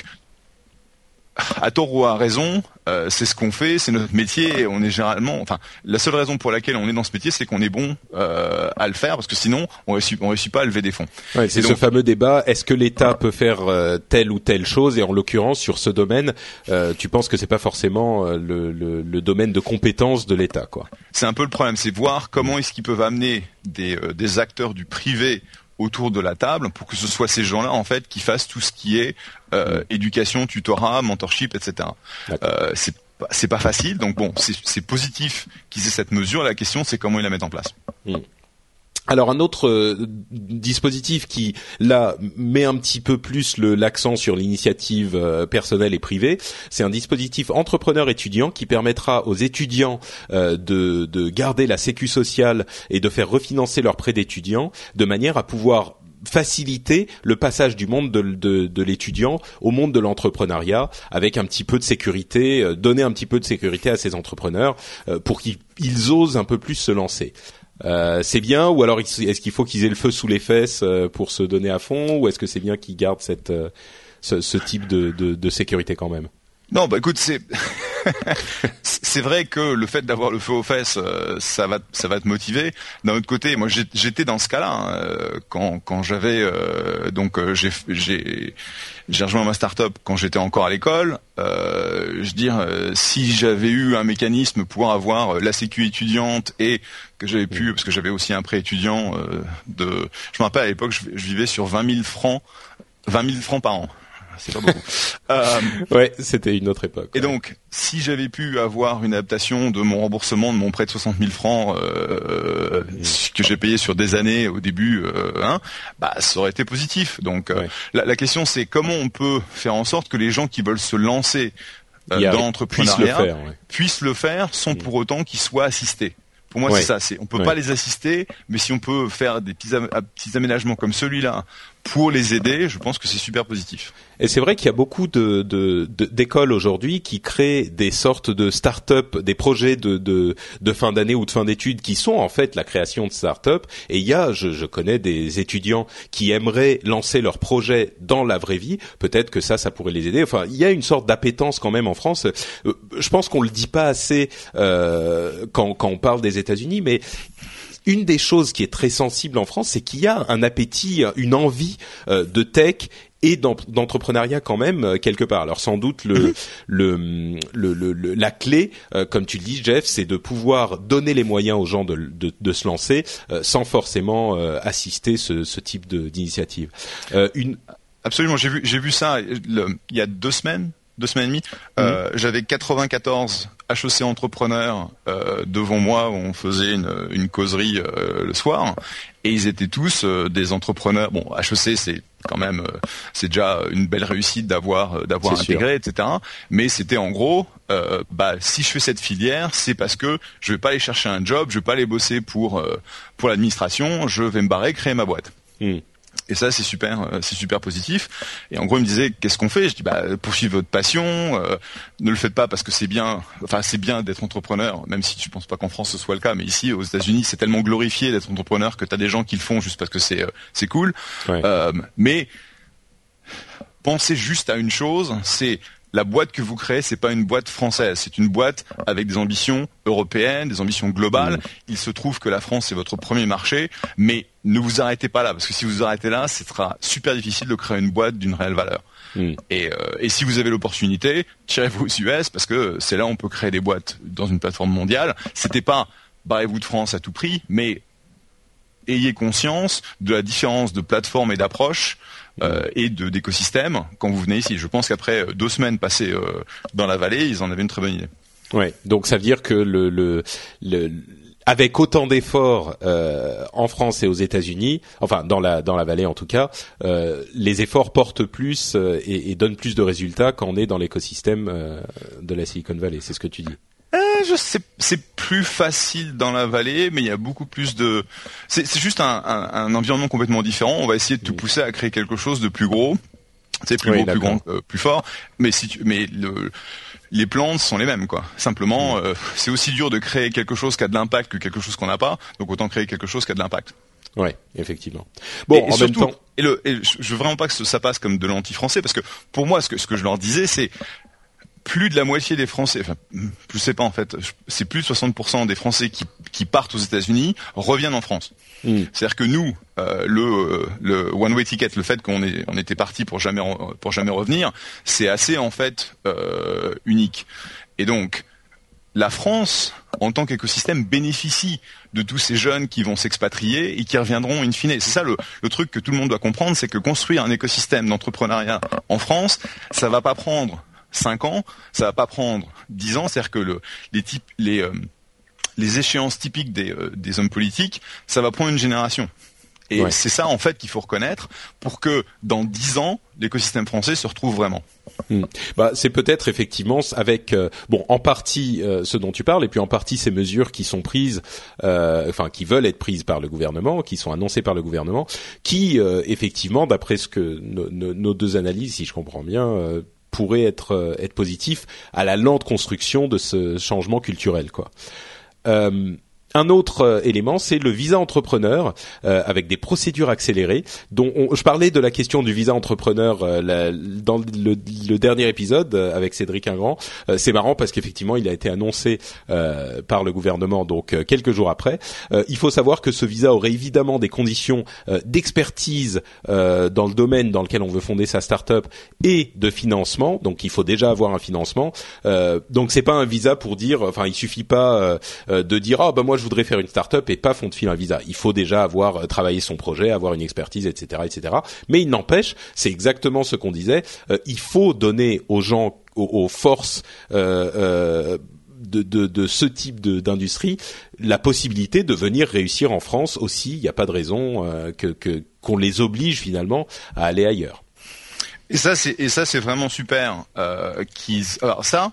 à tort ou à raison, euh, c'est ce qu'on fait, c'est notre métier. Et on est généralement, enfin, la seule raison pour laquelle on est dans ce métier, c'est qu'on est bon euh, à le faire, parce que sinon, on réussit, on réussit pas à lever des fonds. Ouais, c'est donc, ce fameux débat. Est-ce que l'État peut faire euh, telle ou telle chose? Et en l'occurrence, sur ce domaine, euh, tu penses que c'est pas forcément euh, le, le, le domaine de compétence de l'État, quoi. C'est un peu le problème, c'est voir comment est-ce qu'ils peuvent amener des, euh, des acteurs du privé autour de la table pour que ce soit ces gens-là en fait qui fassent tout ce qui est euh, mmh. éducation, tutorat, mentorship, et cetera. Euh, c'est pas, c'est pas facile, donc bon, c'est, c'est positif qu'ils aient cette mesure. La question, c'est comment ils la mettent en place. Mmh. Alors un autre euh, dispositif qui là met un petit peu plus le, l'accent sur l'initiative euh, personnelle et privée, c'est un dispositif entrepreneur étudiant qui permettra aux étudiants euh, de, de garder la sécu sociale et de faire refinancer leurs prêts d'étudiants de manière à pouvoir faciliter le passage du monde de, de, de l'étudiant au monde de l'entrepreneuriat avec un petit peu de sécurité, euh, donner un petit peu de sécurité à ces entrepreneurs euh, pour qu'ils ils osent un peu plus se lancer. Euh, c'est bien, ou alors est-ce qu'il faut qu'ils aient le feu sous les fesses euh, pour se donner à fond, ou est-ce que c'est bien qu'ils gardent cette, euh, ce, ce type de, de, de sécurité quand même? Non, bah écoute, c'est c'est vrai que le fait d'avoir le feu aux fesses, euh, ça va ça va te motiver. D'un autre côté, moi j'étais dans ce cas-là hein, euh, quand quand j'avais euh, donc euh, j'ai j'ai j'ai rejoint ma start-up quand j'étais encore à l'école. Euh, je veux dire, euh, si j'avais eu un mécanisme pour avoir la sécu étudiante et que j'avais pu, parce que j'avais aussi un prêt étudiant euh, de, je me rappelle à l'époque, je, je vivais sur vingt mille francs, vingt mille francs par an. C'est pas beaucoup. euh, ouais, c'était une autre époque. Et ouais. donc, si j'avais pu avoir une adaptation de mon remboursement de mon prêt de soixante mille francs euh, mmh. que j'ai payé sur des années au début, euh, hein, bah ça aurait été positif. Donc, euh, ouais. la, la question c'est comment on peut faire en sorte que les gens qui veulent se lancer euh, dans l'entrepreneuriat puissent le faire, ouais. puissent le faire sans mmh. pour autant qu'ils soient assistés. Pour moi, ouais. c'est ça. C'est, on peut ouais. pas les assister, mais si on peut faire des petits, am- petits aménagements comme celui-là pour les aider, je pense que c'est super positif. Et c'est vrai qu'il y a beaucoup de, de, de d'écoles aujourd'hui qui créent des sortes de start-up, des projets de, de, de fin d'année ou de fin d'études qui sont en fait la création de start-up. Et il y a, je, je connais des étudiants qui aimeraient lancer leur projet dans la vraie vie. Peut-être que ça, ça pourrait les aider. Enfin, il y a une sorte d'appétence quand même en France. Je pense qu'on le dit pas assez euh, quand, quand on parle des États-Unis, mais une des choses qui est très sensible en France, c'est qu'il y a un appétit, une envie euh, de tech et d'entrepreneuriat quand même euh, quelque part. Alors sans doute le, mmh. le, le, le, le la clé, euh, comme tu le dis, Jeff, c'est de pouvoir donner les moyens aux gens de, de, de se lancer euh, sans forcément euh, assister ce, ce type de, d'initiative. Euh, une... Absolument, j'ai vu, j'ai vu ça le, il y a deux semaines. Deux semaines et demie, mmh. euh, j'avais quatre-vingt-quatorze H E C entrepreneurs euh, devant moi où on faisait une, une causerie euh, le soir, et ils étaient tous euh, des entrepreneurs. Bon, H E C c'est quand même euh, c'est déjà une belle réussite d'avoir d'avoir c'est intégré, sûr. et cetera. Mais c'était en gros, euh, bah si je fais cette filière, c'est parce que je vais pas aller chercher un job, je vais pas aller bosser pour euh, pour l'administration, je vais me barrer, créer ma boîte. Mmh. Et ça, c'est super, c'est super positif. Et en gros, il me disait, qu'est-ce qu'on fait? Je dis, bah, poursuivez votre passion. Euh, ne le faites pas parce que c'est bien. Enfin, c'est bien d'être entrepreneur, même si tu penses pas qu'en France ce soit le cas. Mais ici, aux États-Unis, c'est tellement glorifié d'être entrepreneur que t'as des gens qui le font juste parce que c'est, euh, c'est cool. Ouais. Euh, mais pensez juste à une chose, c'est la boîte que vous créez, c'est pas une boîte française, c'est une boîte avec des ambitions européennes, des ambitions globales. Mmh. Il se trouve que la France c'est votre premier marché, mais ne vous arrêtez pas là, parce que si vous vous arrêtez là, ce sera super difficile de créer une boîte d'une réelle valeur. Mmh. Et, euh, et si vous avez l'opportunité, tirez-vous aux U S, parce que c'est là où on peut créer des boîtes dans une plateforme mondiale. C'était pas barrez-vous de France à tout prix, mais ayez conscience de la différence de plateforme et d'approche euh, et de d'écosystème quand vous venez ici. Je pense qu'après deux semaines passées euh, dans la vallée, ils en avaient une très bonne idée. Ouais, donc ça veut dire que le le, le avec autant d'efforts euh, en France et aux États-Unis, enfin dans la dans la vallée en tout cas, euh, les efforts portent plus euh, et, et donnent plus de résultats quand on est dans l'écosystème euh, de la Silicon Valley. C'est ce que tu dis. Euh, je sais, c'est plus facile dans la vallée, mais il y a beaucoup plus de. C'est, c'est juste un, un, un environnement complètement différent. On va essayer de te pousser à créer quelque chose de plus gros, c'est plus oui, gros, d'accord. plus grand, euh, plus fort. Mais si tu, mais le, les plans sont les mêmes, quoi. Simplement, euh, c'est aussi dur de créer quelque chose qui a de l'impact que quelque chose qu'on n'a pas. Donc autant créer quelque chose qui a de l'impact. Ouais, effectivement. Bon, et, et en surtout, même temps, et le, et je veux vraiment pas que ça passe comme de l'anti-français, parce que pour moi, ce que ce que je leur disais, c'est plus de la moitié des Français, enfin, je sais pas en fait, c'est plus de soixante pour cent des Français qui, qui partent aux États-Unis reviennent en France. Mm. C'est-à-dire que nous, euh, le, le one-way ticket, le fait qu'on est, on était parti pour jamais, pour jamais revenir, c'est assez en fait euh, unique. Et donc, la France, en tant qu'écosystème, bénéficie de tous ces jeunes qui vont s'expatrier et qui reviendront in fine. C'est ça le, le truc que tout le monde doit comprendre, c'est que construire un écosystème d'entrepreneuriat en France, ça va pas prendre cinq ans, ça va pas prendre dix ans, c'est-à-dire que le, les types, les, euh, les échéances typiques des, euh, des hommes politiques, ça va prendre une génération. Et ouais. c'est ça en fait qu'il faut reconnaître pour que dans dix ans, l'écosystème français se retrouve vraiment. Mmh. Bah, c'est peut-être effectivement avec euh, bon en partie euh, ce dont tu parles et puis en partie ces mesures qui sont prises, euh, enfin qui veulent être prises par le gouvernement, qui sont annoncées par le gouvernement, qui euh, effectivement, d'après ce que no, no, nos deux analyses, si je comprends bien, euh, pourraient être euh, être positifs à la lente construction de ce changement culturel, quoi. Euh, Un autre euh, élément, c'est le visa entrepreneur euh, avec des procédures accélérées. Dont on, je parlais de la question du visa entrepreneur euh, la, dans le, le dernier épisode euh, avec Cédric Ingrand. Euh, c'est marrant parce qu'effectivement, il a été annoncé euh, par le gouvernement donc euh, quelques jours après. Euh, il faut savoir que ce visa aurait évidemment des conditions euh, d'expertise euh, dans le domaine dans lequel on veut fonder sa start-up et de financement. Donc, il faut déjà avoir un financement. Euh, donc, c'est pas un visa pour dire. Enfin, il suffit pas euh, de dire ah ben moi je voudrais faire une start-up et pas on te file un visa. Il faut déjà avoir euh, travaillé son projet, avoir une expertise, et cetera, et cetera. Mais il n'empêche, c'est exactement ce qu'on disait. Euh, il faut donner aux gens, aux, aux forces euh, euh, de, de, de ce type de, d'industrie, la possibilité de venir réussir en France aussi. Il n'y a pas de raison euh, que, que qu'on les oblige finalement à aller ailleurs. Et ça, c'est et ça, c'est vraiment super. Euh, qu'ils, alors ça.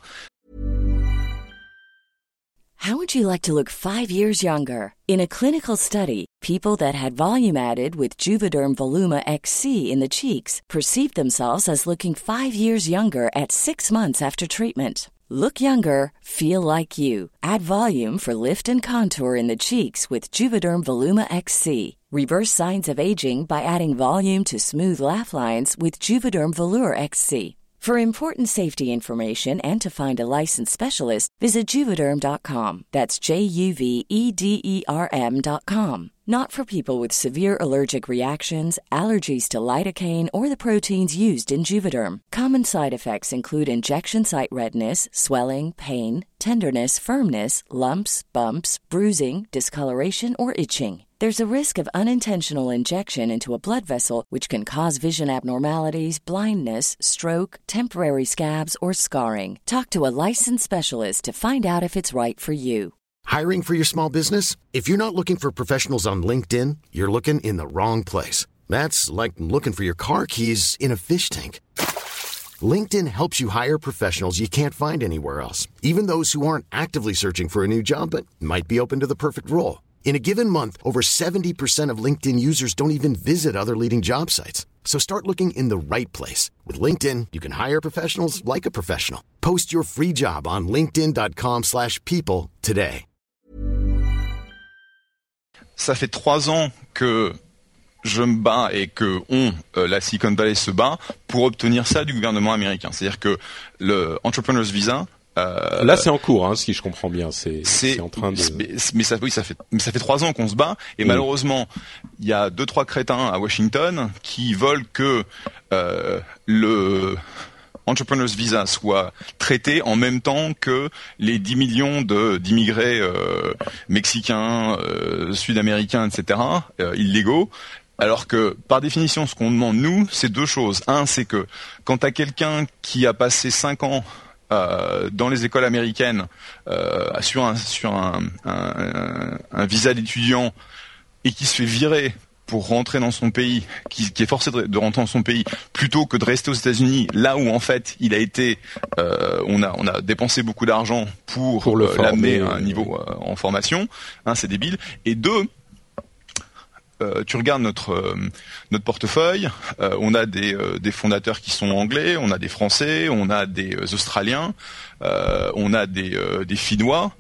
How would you like to look five years younger? In a clinical study, people that had volume added with Juvederm Voluma X C in the cheeks perceived themselves as looking five years younger at six months after treatment. Look younger, feel like you. Add volume for lift and contour in the cheeks with Juvederm Voluma X C. Reverse signs of aging by adding volume to smooth laugh lines with Juvederm Volure X C. For important safety information and to find a licensed specialist, visit Juvederm dot com. That's J U V E D E R M dot com. Not for people with severe allergic reactions, allergies to lidocaine, or the proteins used in Juvederm. Common side effects include injection site redness, swelling, pain, tenderness, firmness, lumps, bumps, bruising, discoloration, or itching. There's a risk of unintentional injection into a blood vessel, which can cause vision abnormalities, blindness, stroke, temporary scabs, or scarring. Talk to a licensed specialist to find out if it's right for you. Hiring for your small business? If you're not looking for professionals on LinkedIn, you're looking in the wrong place. That's like looking for your car keys in a fish tank. LinkedIn helps you hire professionals you can't find anywhere else, even those who aren't actively searching for a new job but might be open to the perfect role. In a given month, over seventy percent of LinkedIn users don't even visit other leading job sites. So start looking in the right place. With LinkedIn, you can hire professionals like a professional. Post your free job on linkedin dot com slash people today. Ça fait trois ans que je me bats et que on, euh, la Silicon Valley se bat pour obtenir ça du gouvernement américain. C'est-à-dire que le Entrepreneur's Visa. Euh, Là, c'est en cours, hein, si je comprends bien. C'est, c'est, c'est en train de. Mais, mais ça, oui, ça fait, mais ça fait trois ans qu'on se bat, et mmh. malheureusement, il y a deux, trois crétins à Washington qui veulent que euh, le entrepreneurs visa soit traité en même temps que les dix millions de d'immigrés euh, mexicains, euh, sud-américains, et cetera euh, illégaux. Alors que, par définition, ce qu'on demande, nous, c'est deux choses. Un, c'est que quand tu as quelqu'un qui a passé cinq ans euh, dans les écoles américaines euh, sur, un, sur un, un, un visa d'étudiant et qui se fait virer pour rentrer dans son pays, qui, qui est forcé de, de rentrer dans son pays, plutôt que de rester aux États-Unis, là où en fait il a été, euh, on a on a dépensé beaucoup d'argent pour, pour le euh, l'amener à un niveau euh, en formation, hein, c'est débile. Et deux, Euh, tu regardes notre euh, notre portefeuille, euh, on a des euh, des fondateurs qui sont anglais, on a des Français, on a des euh, Australiens, euh, on a des euh, des Finnois,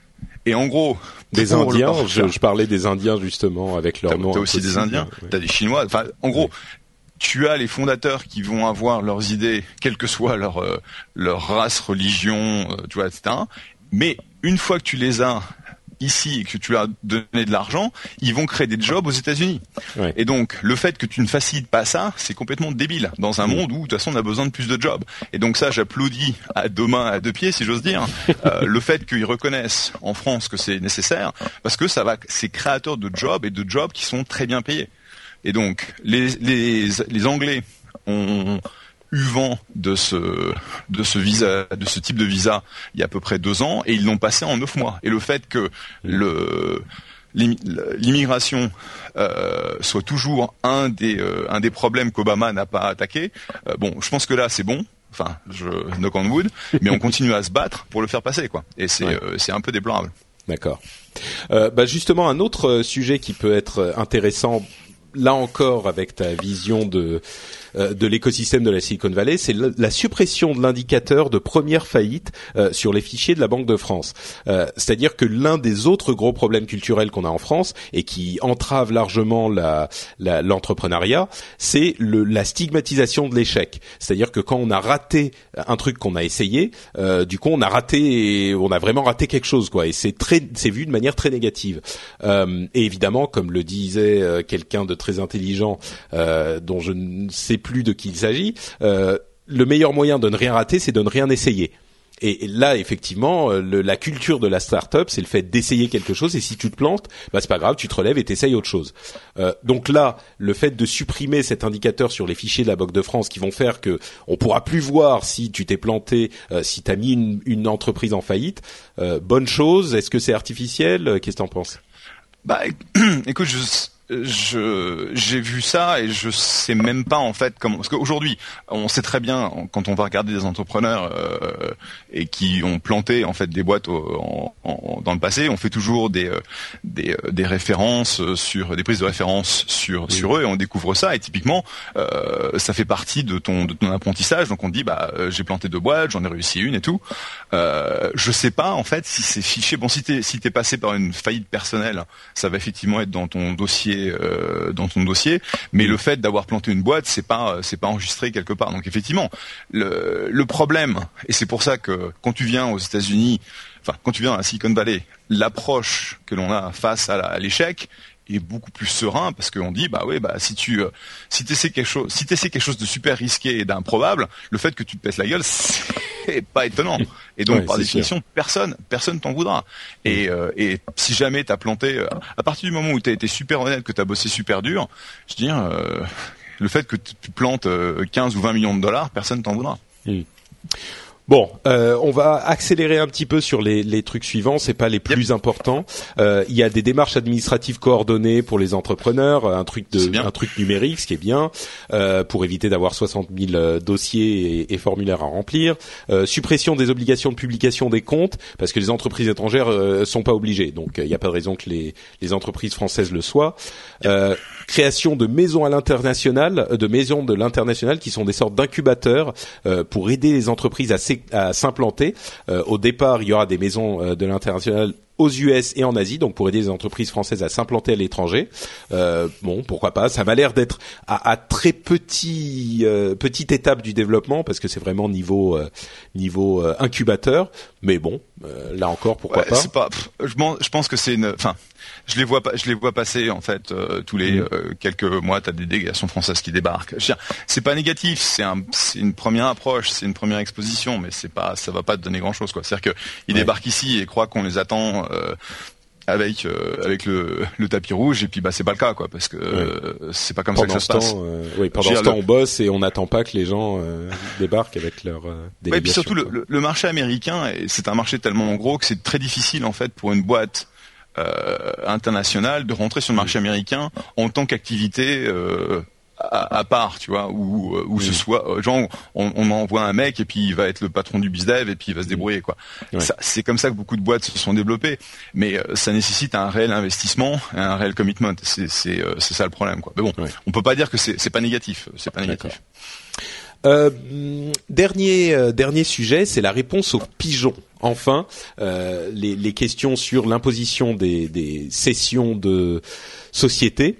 et en gros des Indiens. Je, je parlais des Indiens justement avec leur t'as, nom. T'as aussi des Indiens, ouais. T'as des Chinois. Enfin, en gros, ouais. Tu as les fondateurs qui vont avoir leurs idées, quelle que soit leur euh, leur race, religion, euh, tu vois, et cetera. Mais une fois que tu les as ici et que tu leur as donné de l'argent, ils vont créer des jobs aux États-Unis. Ouais. Et donc, le fait que tu ne facilites pas ça, c'est complètement débile dans un mmh. monde où, de toute façon, on a besoin de plus de jobs. Et donc ça, j'applaudis à deux mains, à deux pieds, si j'ose dire, euh, le fait qu'ils reconnaissent en France que c'est nécessaire, parce que ça va, c'est créateur de jobs et de jobs qui sont très bien payés. Et donc, les les les Anglais ont eu vent de ce de ce visa, de ce type de visa il y a à peu près deux ans, et ils l'ont passé en neuf mois. Et le fait que le l'immigration euh, soit toujours un des euh, un des problèmes qu'Obama n'a pas attaqué, euh, bon, je pense que là c'est bon. Enfin, je knock on wood, mais on continue à se battre pour le faire passer, quoi. Et c'est ouais. euh, c'est un peu déplorable. D'accord. Euh, bah justement, un autre sujet qui peut être intéressant, là encore avec ta vision de euh, de l'écosystème de la Silicon Valley, c'est la, la suppression de l'indicateur de première faillite euh, sur les fichiers de la Banque de France. Euh, c'est-à-dire que l'un des autres gros problèmes culturels qu'on a en France et qui entrave largement la, la, l'entrepreneuriat, c'est le, la stigmatisation de l'échec. C'est-à-dire que quand on a raté un truc qu'on a essayé, euh, du coup on a raté, on a vraiment raté quelque chose, quoi. Et c'est très, c'est vu de manière très négative. Euh, et évidemment, comme le disait euh, quelqu'un de très intelligent, euh, dont je ne sais plus de qui il s'agit, euh, le meilleur moyen de ne rien rater, c'est de ne rien essayer. Et là, effectivement, le, la culture de la start-up, c'est le fait d'essayer quelque chose, et si tu te plantes, bah c'est pas grave, tu te relèves et t'essayes autre chose. Euh, donc là, le fait de supprimer cet indicateur sur les fichiers de la Banque de France, qui vont faire que on pourra plus voir si tu t'es planté, euh, si t'as mis une, une entreprise en faillite, euh, bonne chose. Est-ce que c'est artificiel ? Qu'est-ce que t'en penses ? Bah, écoute, je je j'ai vu ça et je sais même pas en fait comment, parce qu'aujourd'hui on sait très bien quand on va regarder des entrepreneurs euh, et qui ont planté en fait des boîtes au, en, en, dans le passé, on fait toujours des des, des références sur des prises de référence sur oui. sur eux, et on découvre ça, et typiquement euh, ça fait partie de ton de ton apprentissage. Donc on te dit bah euh, j'ai planté deux boîtes, j'en ai réussi une et tout. Euh, je sais pas en fait si c'est fiché. Bon, si t'es si t'es passé par une faillite personnelle, ça va effectivement être dans ton dossier Euh, dans ton dossier, mais le fait d'avoir planté une boîte, c'est pas c'est pas enregistré quelque part. Donc effectivement, le le problème, et c'est pour ça que quand tu viens aux États-Unis, enfin quand tu viens à la Silicon Valley, l'approche que l'on a face à, la, à l'échec est beaucoup plus serein, parce qu'on dit bah oui, bah si tu euh, si t'essaies quelque chose si t'essaies quelque chose de super risqué et d'improbable, le fait que tu te pètes la gueule, c'est pas étonnant. Et donc ouais, par définition, sûr. personne personne t'en voudra. Et euh, et si jamais t'as planté, euh, à partir du moment où t'as été super honnête, que t'as bossé super dur, je veux dire, euh, le fait que tu plantes euh, quinze ou vingt millions de dollars, personne t'en voudra. Mmh. Bon, euh, on va accélérer un petit peu sur les, les trucs suivants, c'est pas les plus yep. importants. Euh, il y a des démarches administratives coordonnées pour les entrepreneurs, un truc de, un truc numérique, ce qui est bien, euh, pour éviter d'avoir soixante mille dossiers et, et formulaires à remplir. Euh, suppression des obligations de publication des comptes, parce que les entreprises étrangères euh, sont pas obligées, donc il n'y a pas de raison que les, les entreprises françaises le soient. Yep. Euh, création de maisons à l'international, de maisons de l'international qui sont des sortes d'incubateurs euh, pour aider les entreprises à à s'implanter. Euh, au départ, il y aura des maisons euh, de l'international aux U S et en Asie, donc pour aider les entreprises françaises à s'implanter à l'étranger. Euh, bon, pourquoi pas. Ça m'a l'air d'être à, à très petit euh, petite étape du développement parce que c'est vraiment niveau euh, niveau euh, incubateur. Mais bon, euh, là encore, pourquoi ouais, pas. C'est pas. Pff, je, je pense que c'est une. Enfin, je les vois pas. Je les vois passer en fait euh, tous les mmh. euh, quelques mois. T'as des délégations françaises qui débarquent. Je veux dire, c'est pas négatif. C'est un. C'est une première approche. C'est une première exposition, mais c'est pas. Ça va pas te donner grand chose, quoi. C'est-à-dire que ils ouais. débarquent ici et croient qu'on les attend. Euh, avec euh, avec le, le tapis rouge et puis bah c'est pas le cas quoi parce que euh, ouais. c'est pas comme pendant ça que ça se passe. Euh, oui, pendant ce temps le... on bosse et on n'attend pas que les gens euh, débarquent avec leur euh, délégation. Ouais, et puis surtout le, le, le marché américain, c'est un marché tellement gros que c'est très difficile en fait pour une boîte euh, internationale de rentrer sur le marché américain en tant qu'activité euh, À, à part, tu vois, où où oui. ce soit, genre, on, on envoie un mec et puis il va être le patron du bizdev et puis il va se débrouiller, quoi. Ouais. Ça, c'est comme ça que beaucoup de boîtes se sont développées, mais euh, ça nécessite un réel investissement, un réel commitment. C'est c'est euh, c'est ça le problème, quoi. Mais bon, ouais. on peut pas dire que c'est c'est pas négatif, c'est pas négatif. Euh, dernier euh, dernier sujet, c'est la réponse aux pigeons. Enfin, euh, les les questions sur l'imposition des des cessions de sociétés.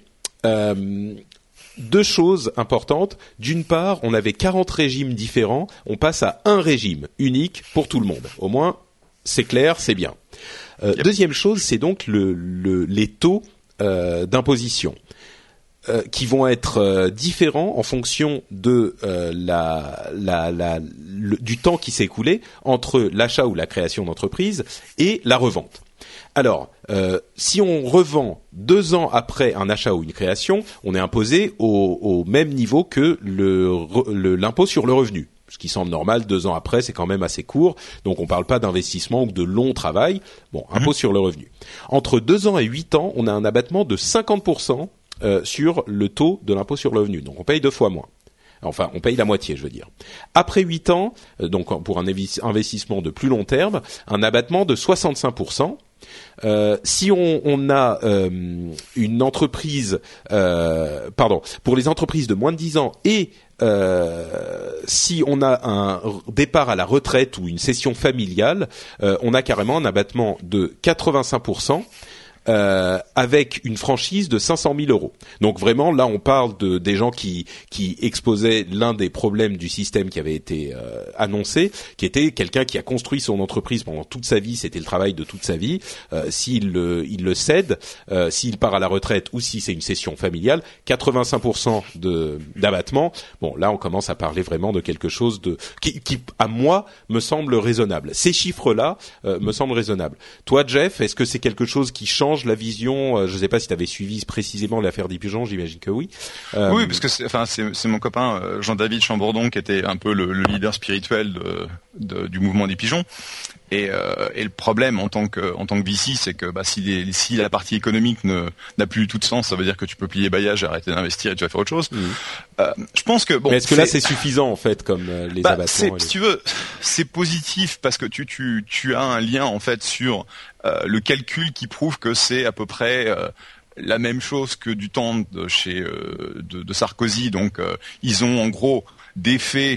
Euh, Deux choses importantes. D'une part, on avait quarante régimes différents. On passe à un régime unique pour tout le monde. Au moins, c'est clair, c'est bien. Euh, yep. Deuxième chose, c'est donc le, le, les taux euh, d'imposition euh, qui vont être euh, différents en fonction de euh, la, la, la, le, du temps qui s'est écoulé entre l'achat ou la création d'entreprise et la revente. Alors, euh, si on revend deux ans après un achat ou une création, on est imposé au, au même niveau que le, le, l'impôt sur le revenu. Ce qui semble normal, deux ans après, c'est quand même assez court. Donc, on ne parle pas d'investissement ou de long travail. Bon, impôt mmh. sur le revenu. Entre deux ans et huit ans, on a un abattement de cinquante pour cent euh, sur le taux de l'impôt sur le revenu. Donc, on paye deux fois moins. Enfin, on paye la moitié, je veux dire. Après huit ans, euh, donc pour un investissement de plus long terme, un abattement de soixante-cinq pour cent. Euh, si on, on a euh, une entreprise, euh, pardon, pour les entreprises de moins de dix ans et euh, si on a un départ à la retraite ou une cession familiale, euh, on a carrément un abattement de quatre-vingt-cinq pour cent. Euh, avec une franchise de cinq cent mille euros. Donc vraiment, là, on parle de des gens qui qui exposaient l'un des problèmes du système qui avait été euh, annoncé, qui était quelqu'un qui a construit son entreprise pendant toute sa vie, c'était le travail de toute sa vie. Euh, s'il le il le cède, euh, s'il part à la retraite ou si c'est une cession familiale, quatre-vingt-cinq pour cent de d'abattement. Bon, là, on commence à parler vraiment de quelque chose de qui, qui à moi me semble raisonnable. Ces chiffres-là euh, me semblent raisonnables. Toi, Jeff, est-ce que c'est quelque chose qui change la vision? euh, Je ne sais pas si tu avais suivi précisément l'affaire des pigeons, j'imagine que oui. Euh... Oui, parce que c'est, enfin, c'est, c'est mon copain euh, Jean-David Chambourdon qui était un peu le, le leader spirituel de, de, du mouvement des pigeons. Et, euh, et le problème en tant que en tant que V C, c'est que bah, si, les, si la partie économique ne, n'a plus tout de sens, ça veut dire que tu peux plier bagage, arrêter d'investir et tu vas faire autre chose. Mmh. Euh, je pense que bon. Mais est-ce que là c'est suffisant en fait comme euh, les bah, abattements? Si tu veux, c'est positif parce que tu tu tu as un lien en fait sur euh, le calcul qui prouve que c'est à peu près euh, la même chose que du temps de chez euh, de, de Sarkozy. Donc euh, ils ont en gros défait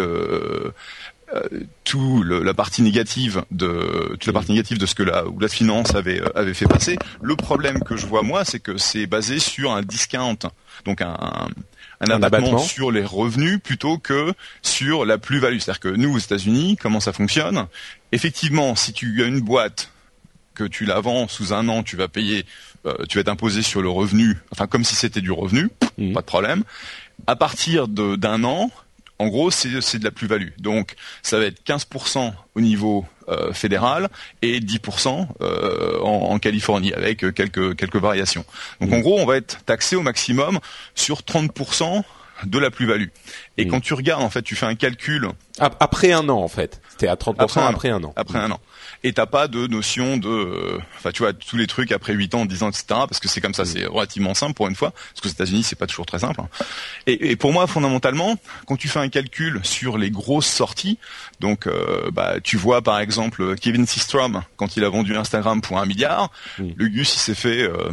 le Euh, tout le, la partie négative de toute la partie négative de ce que la ou la finance avait euh, avait fait passer. Le problème que je vois moi, c'est que c'est basé sur un discount, donc un un, un abattement, abattement sur les revenus plutôt que sur la plus-value. C'est-à-dire que nous aux États-Unis, comment ça fonctionne? Effectivement, si tu as une boîte que tu la vends sous un an, tu vas payer, euh, tu vas être imposé sur le revenu, enfin comme si c'était du revenu, mmh. pas de problème. À partir de, d'un an, en gros, c'est, c'est de la plus-value. Donc, ça va être quinze pour cent au niveau euh, fédéral et dix pour cent euh, en, en Californie, avec quelques quelques variations. Donc, mmh. en gros, on va être taxé au maximum sur trente pour cent de la plus-value. Et mmh. quand tu regardes, en fait, tu fais un calcul... Après un an, en fait. C'était à trente pour cent après, après un an. Après un an. Et t'as pas de notion de... Enfin, euh, tu vois, tous les trucs après huit ans, dix ans, et cetera. Parce que c'est comme ça, mmh. c'est relativement simple pour une fois. Parce qu'aux États-Unis, c'est pas toujours très simple. Hein. Et, et pour moi, fondamentalement, quand tu fais un calcul sur les grosses sorties, donc euh, bah, tu vois par exemple Kevin Systrom, quand il a vendu Instagram pour un milliard, mmh. le Gus, il s'est fait... Euh,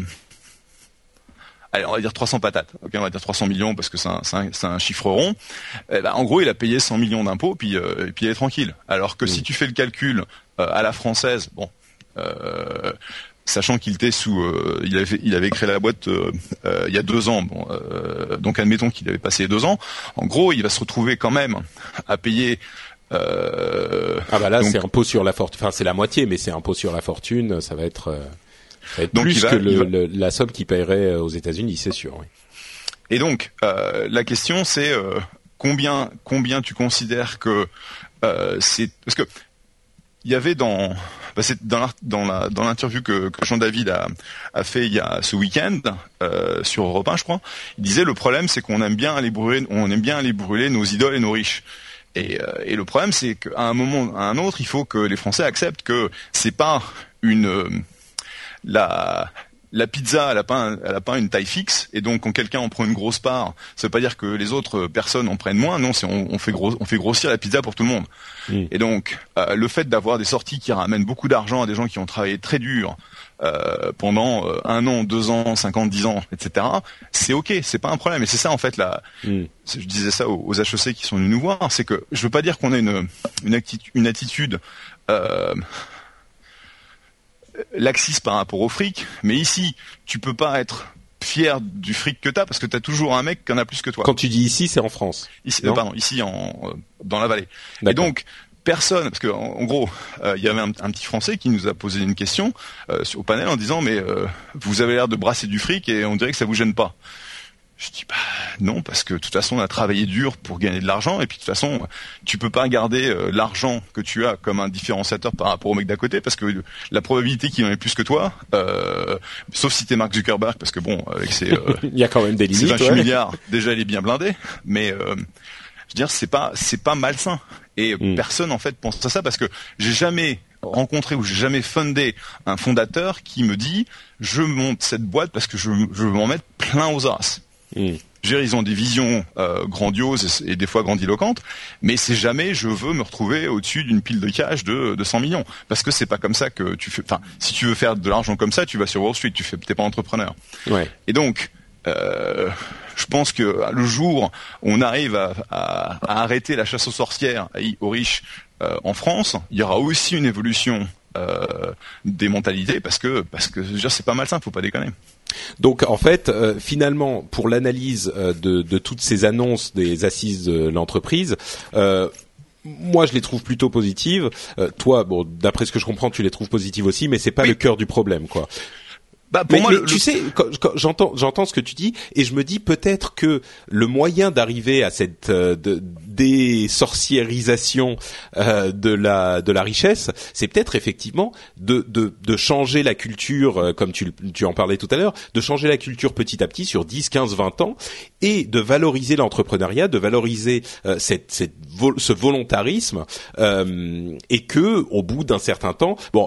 allez, on va dire trois cents patates. Ok, on va dire trois cents millions parce que c'est un, c'est un, c'est un chiffre rond. Eh ben, en gros, il a payé cent millions d'impôts, puis euh, et puis il est tranquille. Alors que mmh. si tu fais le calcul euh, à la française, bon, Euh, sachant qu'il était sous, euh, il avait, il avait créé la boîte euh, euh, il y a deux ans. Bon, euh, donc admettons qu'il avait passé deux ans. En gros, il va se retrouver quand même à payer. Euh, ah bah là, donc, c'est impôt sur la fortune. Enfin, c'est la moitié, mais c'est impôt sur la fortune. Ça va être, euh, ça va être donc plus va, que le, va... le, la somme qu'il paierait aux États-Unis, c'est sûr. Oui. Et donc, euh, la question, c'est euh, combien, combien tu considères que euh, c'est, parce que il y avait dans Bah c'est dans, la, dans, la, dans l'interview que, que Jean-David a, a fait il y a ce week-end euh, sur Europe un, je crois. Il disait le problème c'est qu'on aime bien aller brûler, on aime bien aller brûler nos idoles et nos riches. Et, euh, et le problème c'est qu'à un moment, à un autre, il faut que les Français acceptent que c'est pas une euh, la la pizza, elle a pas, un, elle a pas une taille fixe, et donc quand quelqu'un en prend une grosse part, ça veut pas dire que les autres personnes en prennent moins. Non, c'est on, on fait gros, on fait grossir la pizza pour tout le monde. Mmh. Et donc euh, le fait d'avoir des sorties qui ramènent beaucoup d'argent à des gens qui ont travaillé très dur euh, pendant euh, un an, deux ans, cinq ans, dix ans, et cetera. C'est ok, c'est pas un problème. Et c'est ça en fait là. Mmh. Je disais ça aux, aux H E C qui sont venus nous voir, c'est que je veux pas dire qu'on a une une attitude, une attitude euh, laxiste par rapport au fric, mais ici, tu peux pas être fier du fric que t'as parce que t'as toujours un mec qui en a plus que toi. Quand tu dis ici, c'est en France. Ici, euh, pardon, ici en euh, dans la vallée. D'accord. Et donc personne, parce que en, en gros, il euh, y avait un, un petit Français qui nous a posé une question euh, au panel en disant mais euh, vous avez l'air de brasser du fric et on dirait que ça vous gêne pas. Je dis bah non, parce que de toute façon on a travaillé dur pour gagner de l'argent, et puis de toute façon tu peux pas garder euh, l'argent que tu as comme un différenciateur par rapport au mec d'à côté, parce que la probabilité qu'il en ait plus que toi, euh, sauf si t'es Mark Zuckerberg, parce que bon avec ses euh, il y a quand même des limites, vingt-huit ouais. milliards, déjà il est bien blindé, mais euh, je veux dire c'est pas c'est pas malsain, et mm. personne en fait pense à ça, parce que j'ai jamais rencontré ou j'ai jamais fundé un fondateur qui me dit je monte cette boîte parce que je, je veux m'en mettre plein aux as. Mmh. Ils ont des visions euh, grandioses et, et des fois grandiloquentes, mais c'est jamais je veux me retrouver au-dessus d'une pile de cash de, de cent millions, parce que c'est pas comme ça que tu fais. Enfin, si tu veux faire de l'argent comme ça, tu vas sur Wall Street, tu fais, t'es pas entrepreneur. Ouais. Et donc, euh, je pense que le jour où on arrive à, à, à arrêter la chasse aux sorcières aux riches euh, en France, il y aura aussi une évolution euh, des mentalités, parce que parce que je veux dire, c'est pas malsain, faut pas déconner. Donc en fait, euh, finalement, pour l'analyse euh, de, de toutes ces annonces des assises de l'entreprise, euh, moi je les trouve plutôt positives. Euh, toi, bon, d'après ce que je comprends, tu les trouves positives aussi, mais c'est pas oui. le cœur du problème, quoi. Bah pour mais, moi, mais le, tu le... sais, quand, quand, j'entends, j'entends ce que tu dis, et je me dis peut-être que le moyen d'arriver à cette euh, de, désorciérisation euh, de la de la richesse, c'est peut-être effectivement de de, de changer la culture, euh, comme tu tu en parlais tout à l'heure, de changer la culture petit à petit sur dix, quinze, vingt ans, et de valoriser l'entrepreneuriat, de valoriser euh, cette cette vol, ce volontarisme, euh, et que au bout d'un certain temps, bon.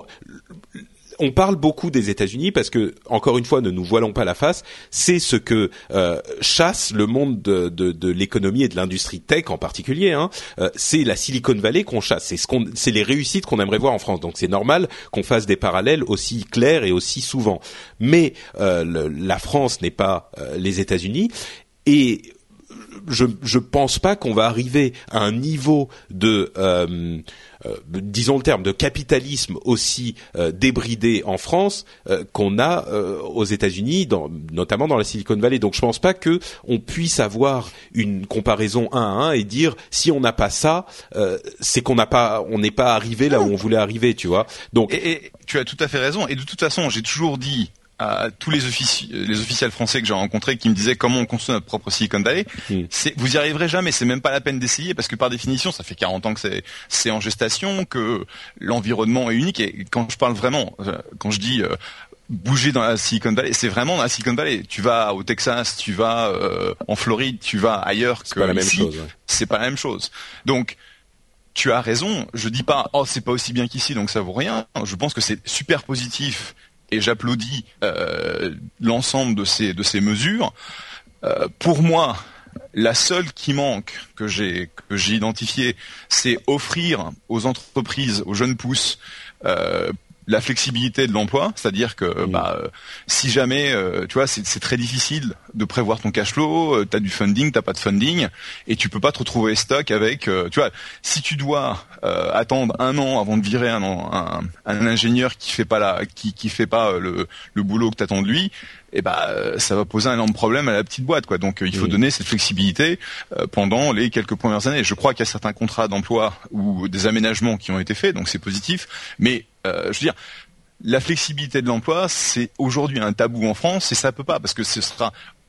On parle beaucoup des États-Unis parce que, encore une fois, ne nous voilons pas la face, c'est ce que euh, chasse le monde de, de, de l'économie et de l'industrie tech en particulier. Hein. Euh, c'est la Silicon Valley qu'on chasse, c'est, ce qu'on, c'est les réussites qu'on aimerait voir en France. Donc c'est normal qu'on fasse des parallèles aussi clairs et aussi souvent. Mais euh, le, la France n'est pas euh, les États-Unis, et je je pense pas qu'on va arriver à un niveau de euh, euh, disons le terme de capitalisme aussi euh, débridé en France euh, qu'on a euh, aux États-Unis, dans, notamment dans la Silicon Valley. Donc je pense pas que on puisse avoir une comparaison un à un et dire si on n'a pas ça, euh, c'est qu'on n'a pas, on n'est pas arrivé là où on voulait arriver, tu vois. Donc et, et tu as tout à fait raison. Et de toute façon, j'ai toujours dit à tous les, offici- les officiels français que j'ai rencontrés qui me disaient comment on construit notre propre Silicon Valley, mmh. c'est, vous y arriverez jamais, c'est même pas la peine d'essayer, parce que par définition, ça fait quarante ans que c'est, c'est en gestation, que l'environnement est unique. Et quand je parle vraiment, quand je dis euh, bouger dans la Silicon Valley, c'est vraiment dans la Silicon Valley. Tu vas au Texas, tu vas euh, en Floride, tu vas ailleurs c'est que pas la ici, même chose, ouais. C'est pas la même chose. Donc tu as raison, je dis pas oh c'est pas aussi bien qu'ici donc ça vaut rien. Je pense que c'est super positif. Et j'applaudis euh, l'ensemble de ces de ces mesures. Euh, pour moi, la seule qui manque que j'ai que j'ai identifiée, c'est offrir aux entreprises, aux jeunes pousses, euh, la flexibilité de l'emploi, c'est-à-dire que mmh. bah euh, si jamais euh, tu vois c'est, c'est très difficile de prévoir ton cash flow, euh, t'as du funding, t'as pas de funding et tu peux pas te retrouver stock avec euh, tu vois si tu dois euh, attendre un an avant de virer un, un, un ingénieur qui fait pas la qui qui fait pas le le boulot que t'attends de lui, et bah ça va poser un énorme problème à la petite boîte quoi. Donc il faut mmh. donner cette flexibilité euh, pendant les quelques premières années. Je crois qu'il y a certains contrats d'emploi ou des aménagements qui ont été faits, donc c'est positif, mais euh, je veux dire la flexibilité de l'emploi, c'est aujourd'hui un tabou en France et ça peut pas parce que ce sera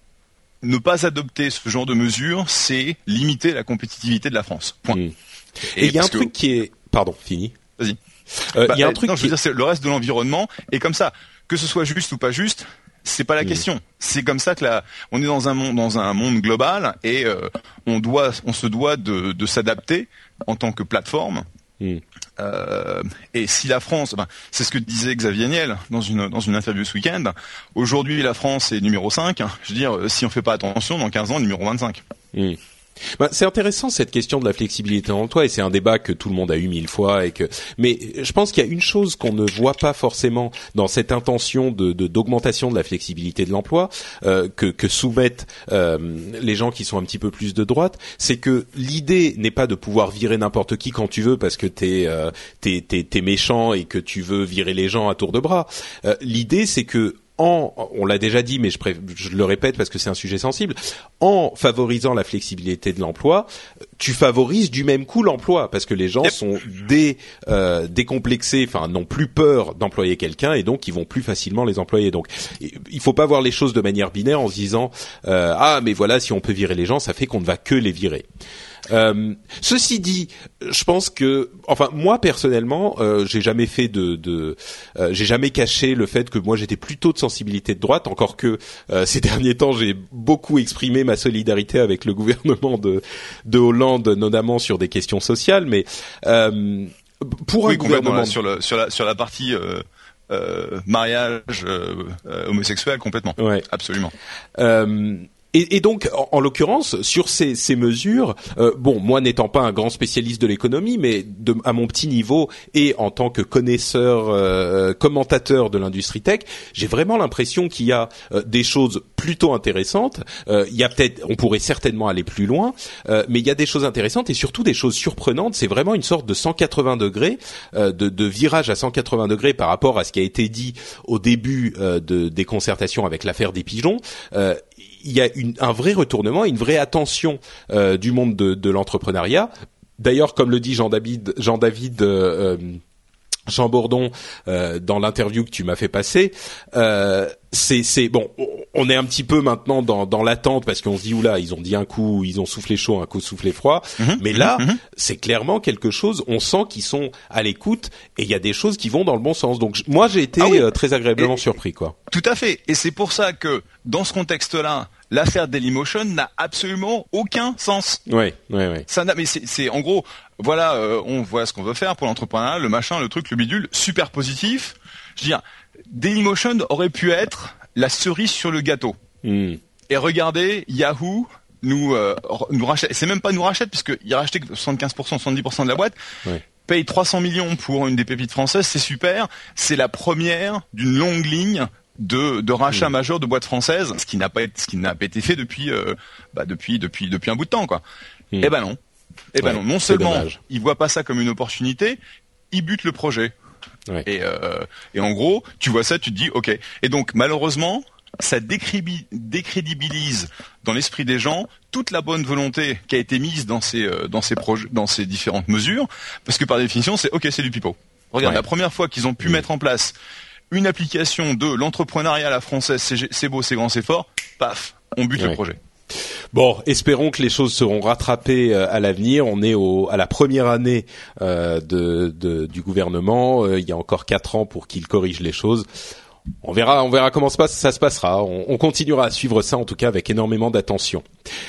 ne pas adopter ce genre de mesures, c'est limiter la compétitivité de la France. Point. Mmh. Et il y a un truc que... qui est pardon, fini. Vas-y. Il euh, bah, y a un truc non, qui... je veux dire c'est le reste de l'environnement et comme ça, que ce soit juste ou pas juste, c'est pas la mmh. question. C'est comme ça que la, on est dans un monde, dans un monde global et euh, on doit, on se doit de, de s'adapter en tant que plateforme. Mmh. Euh, et si la France, ben, c'est ce que disait Xavier Niel dans une dans une interview ce week-end. Aujourd'hui, la France est numéro cinq. Je veux dire, si on fait pas attention, dans quinze ans, numéro vingt-cinq. Mmh. Ben, c'est intéressant cette question de la flexibilité dans l'emploi et c'est un débat que tout le monde a eu mille fois et que mais je pense qu'il y a une chose qu'on ne voit pas forcément dans cette intention de, de d'augmentation de la flexibilité de l'emploi euh, que que soumettent euh, les gens qui sont un petit peu plus de droite, c'est que l'idée n'est pas de pouvoir virer n'importe qui quand tu veux parce que t'es euh, t'es t'es t'es méchant et que tu veux virer les gens à tour de bras. Euh, l'idée c'est que En, on l'a déjà dit, mais je, pré- je le répète parce que c'est un sujet sensible, en favorisant la flexibilité de l'emploi, tu favorises du même coup l'emploi parce que les gens yep. sont dé, euh, décomplexés, enfin n'ont plus peur d'employer quelqu'un et donc ils vont plus facilement les employer. Donc il faut pas voir les choses de manière binaire en se disant euh, ah mais voilà si on peut virer les gens, ça fait qu'on ne va que les virer. Euh, ceci dit, je pense que, enfin moi personnellement, euh, j'ai jamais fait de, de euh, j'ai jamais caché le fait que moi j'étais plutôt de sensibilité de droite, encore que euh, ces derniers temps j'ai beaucoup exprimé ma solidarité avec le gouvernement de, de Hollande, notamment sur des questions sociales, mais euh, pour oui, un gouvernement sur le sur la sur la partie euh, euh, mariage euh, euh, homosexuel complètement, ouais. absolument. Euh, Et, et donc, en, en l'occurrence, sur ces, ces mesures, euh, bon, moi n'étant pas un grand spécialiste de l'économie, mais de, à mon petit niveau et en tant que connaisseur, euh, commentateur de l'industrie tech, j'ai vraiment l'impression qu'il y a euh, des choses plutôt intéressantes. Euh, il y a peut-être, on pourrait certainement aller plus loin, euh, mais il y a des choses intéressantes et surtout des choses surprenantes. C'est vraiment une sorte de cent quatre-vingts degrés, euh, de, de virage à cent quatre-vingts degrés par rapport à ce qui a été dit au début euh, de, des concertations avec l'affaire des pigeons. Euh, il y a une, un vrai retournement, une vraie attention euh, du monde de, de l'entrepreneuriat. D'ailleurs, comme le dit Jean-David, Jean-David euh, Jean Bourdon euh, dans l'interview que tu m'as fait passer, euh, c'est, c'est bon. On est un petit peu maintenant dans, dans l'attente parce qu'on se dit oula, ils ont dit un coup, ils ont soufflé chaud, un coup soufflé froid. Mmh, mais là, mmh. c'est clairement quelque chose. On sent qu'ils sont à l'écoute et il y a des choses qui vont dans le bon sens. Donc moi, j'ai été ah oui. euh, très agréablement et, surpris, quoi. Tout à fait. Et c'est pour ça que dans ce contexte-là, l'affaire Dailymotion n'a absolument aucun sens. Oui, oui, oui. Ça n'a, mais c'est, c'est en gros, voilà, euh, on voit ce qu'on veut faire pour l'entrepreneuriat, le machin, le truc, le bidule, super positif. Je veux dire, Dailymotion aurait pu être la cerise sur le gâteau. Mm. Et regardez, Yahoo nous euh, nous rachète. C'est même pas nous rachète puisque il a racheté soixante-quinze pour cent, soixante-dix pour cent de la boîte. Ouais. Paye trois cents millions pour une des pépites françaises, c'est super. C'est la première d'une longue ligne de de rachat mmh. majeur de boîtes françaises, ce qui n'a pas été, ce qui n'a pas été fait depuis euh, bah depuis depuis depuis un bout de temps quoi. Mmh. Eh ben non. Eh ben ouais, non, non seulement ils voient pas ça comme une opportunité, ils butent le projet. Ouais. Et euh, et en gros, tu vois ça, tu te dis OK. Et donc malheureusement, ça décribi- décrédibilise dans l'esprit des gens toute la bonne volonté qui a été mise dans ces euh, dans ces projets, dans ces différentes mesures, parce que par définition, c'est OK, c'est du pipeau. Regarde, ouais. la première fois qu'ils ont pu mmh. mettre en place une application de l'entrepreneuriat à la française, c'est, c'est beau, c'est grand, c'est fort, paf, on bute ouais. le projet. Bon, espérons que les choses seront rattrapées euh, à l'avenir. On est au, à la première année euh, de, de, du gouvernement. Euh, il y a encore quatre ans pour qu'il corrige les choses. On verra, on verra comment ça, passe, ça se passera. On, on continuera à suivre ça, en tout cas, avec énormément d'attention.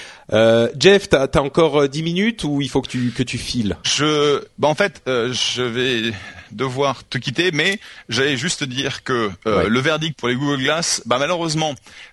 Euh, Jeff, t'as, t'as encore dix minutes ou il faut que tu que tu files? Je, bah en fait, euh, je vais, devoir te quitter, mais j'allais juste dire que euh, ouais. le verdict pour les Google Glass, bah malheureusement,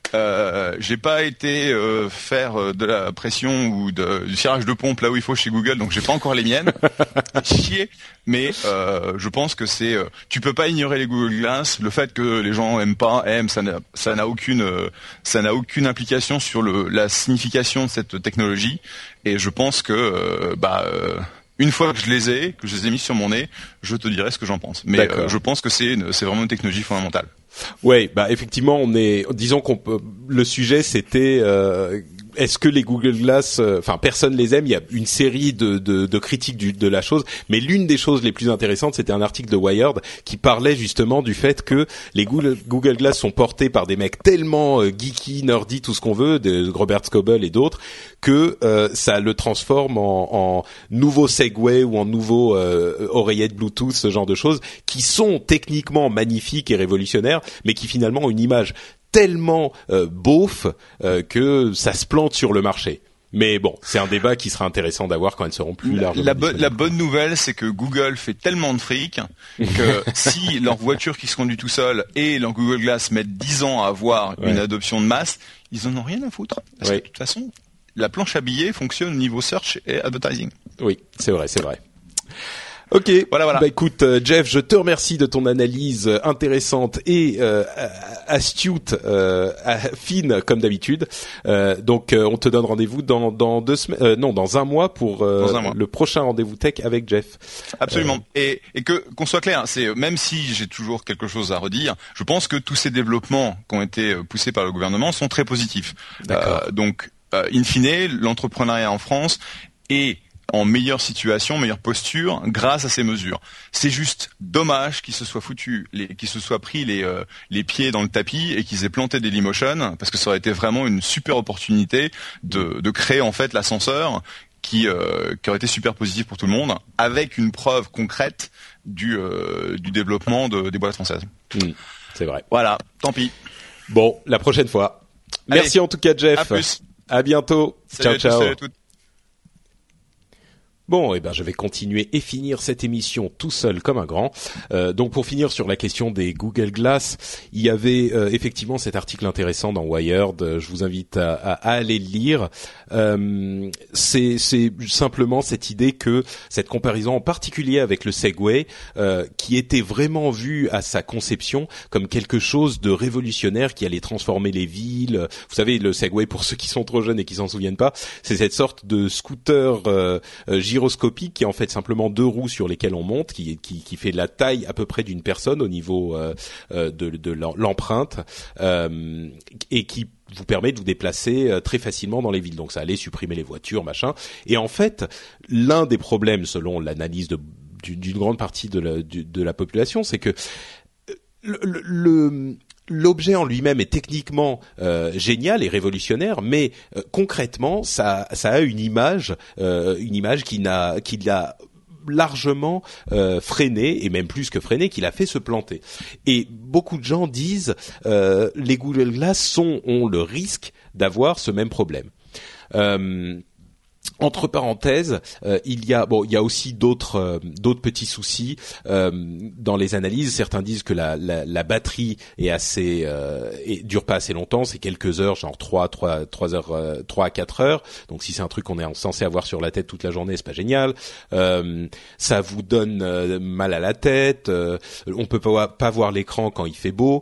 euh, j'ai pas été euh, faire de la pression ou de, du cirage de pompe là où il faut chez Google, donc j'ai pas encore les miennes. Chier. Mais euh, je pense que c'est, euh, tu peux pas ignorer les Google Glass. Le fait que les gens aiment pas, aiment, ça n'a, ça n'a aucune, euh, ça n'a aucune implication sur le, la signification de cette technologie. Et je pense que, euh, bah. Euh, Une fois que je les ai, que je les ai mis sur mon nez, je te dirai ce que j'en pense. Mais euh, je pense que c'est une, c'est vraiment une technologie fondamentale. Ouais, bah effectivement, on est, disons qu'on peut, le sujet c'était euh, est-ce que les Google Glass, enfin euh, personne les aime. Il y a une série de, de, de critiques du, de la chose, mais l'une des choses les plus intéressantes, c'était un article de Wired qui parlait justement du fait que les Google, Google Glass sont portés par des mecs tellement euh, geeky, nerdy, tout ce qu'on veut, de Robert Scoble et d'autres, que euh, ça le transforme en, en nouveau Segway ou en nouveau euh, oreillette Bluetooth, ce genre de choses qui sont techniquement magnifiques et révolutionnaires, mais qui finalement ont une image tellement euh, beauf euh, que ça se plante sur le marché. Mais bon, c'est un débat qui sera intéressant d'avoir quand elles seront plus largement la, bo- disponibles. La bonne nouvelle, c'est que Google fait tellement de fric que si leur voiture qui se conduit tout seul et leur Google Glass mettent dix ans à avoir ouais. une adoption de masse, ils en ont rien à foutre. Parce ouais. que de toute façon, la planche à billets fonctionne au niveau search et advertising. Oui, c'est vrai, c'est vrai. Ok, voilà, voilà. Bah écoute, euh, Jeff, je te remercie de ton analyse euh, intéressante et euh, astute, euh, fine comme d'habitude. Euh, donc, euh, on te donne rendez-vous dans dans deux semaines, euh, non, dans un mois pour euh, dans un mois. Le prochain rendez-vous tech avec Jeff. Absolument. Euh... Et et que qu'on soit clair, c'est même si j'ai toujours quelque chose à redire, je pense que tous ces développements qui ont été poussés par le gouvernement sont très positifs. D'accord. Euh, donc, euh, in fine, l'entrepreneuriat en France est en meilleure situation, meilleure posture grâce à ces mesures. C'est juste dommage qu'ils se soient foutus, les, qu'ils se soient pris les euh, les pieds dans le tapis et qu'ils aient planté Dailymotion, parce que ça aurait été vraiment une super opportunité de de créer en fait l'ascenseur qui euh, qui aurait été super positif pour tout le monde, avec une preuve concrète du euh, du développement de, des boîtes françaises. Mmh, c'est vrai. Voilà, tant pis. Bon, la prochaine fois. Allez, merci en tout cas, Jeff. À plus. À bientôt. Salut ciao, ciao. Salut à toutes. Bon, eh ben, je vais continuer et finir cette émission tout seul comme un grand. Euh, donc, pour finir sur la question des Google Glass, il y avait euh, effectivement cet article intéressant dans Wired. Je vous invite à, à, à aller le lire. Euh, c'est, c'est simplement cette idée que cette comparaison, en particulier avec le Segway, euh, qui était vraiment vu à sa conception comme quelque chose de révolutionnaire qui allait transformer les villes. Vous savez, le Segway, pour ceux qui sont trop jeunes et qui s'en souviennent pas, c'est cette sorte de scooter euh, euh, gyroscopique qui est en fait simplement deux roues sur lesquelles on monte, qui qui, qui fait la taille à peu près d'une personne au niveau euh, euh, de, de l'empreinte euh, et qui vous permet de vous déplacer euh, très facilement dans les villes. Donc ça allait supprimer les voitures, machin. Et en fait, l'un des problèmes, selon l'analyse de, d'une grande partie de la, de, de la population, c'est que le, le, le l'objet en lui-même est techniquement euh, génial et révolutionnaire, mais euh, concrètement, ça, ça a une image, euh, une image qui n'a, qui l'a largement euh, freiné, et même plus que freiné, qui l'a fait se planter. Et beaucoup de gens disent euh, les Google Glass sont, ont le risque d'avoir ce même problème. Euh, Entre parenthèses, euh, il y a bon, il y a aussi d'autres euh, d'autres petits soucis euh, dans les analyses. Certains disent que la la, la batterie est assez euh, et dure pas assez longtemps, c'est quelques heures, genre trois trois trois heures euh, trois à quatre heures. Donc si c'est un truc qu'on est censé avoir sur la tête toute la journée, c'est pas génial. Euh, ça vous donne euh, mal à la tête. Euh, on peut pas pas voir l'écran quand il fait beau.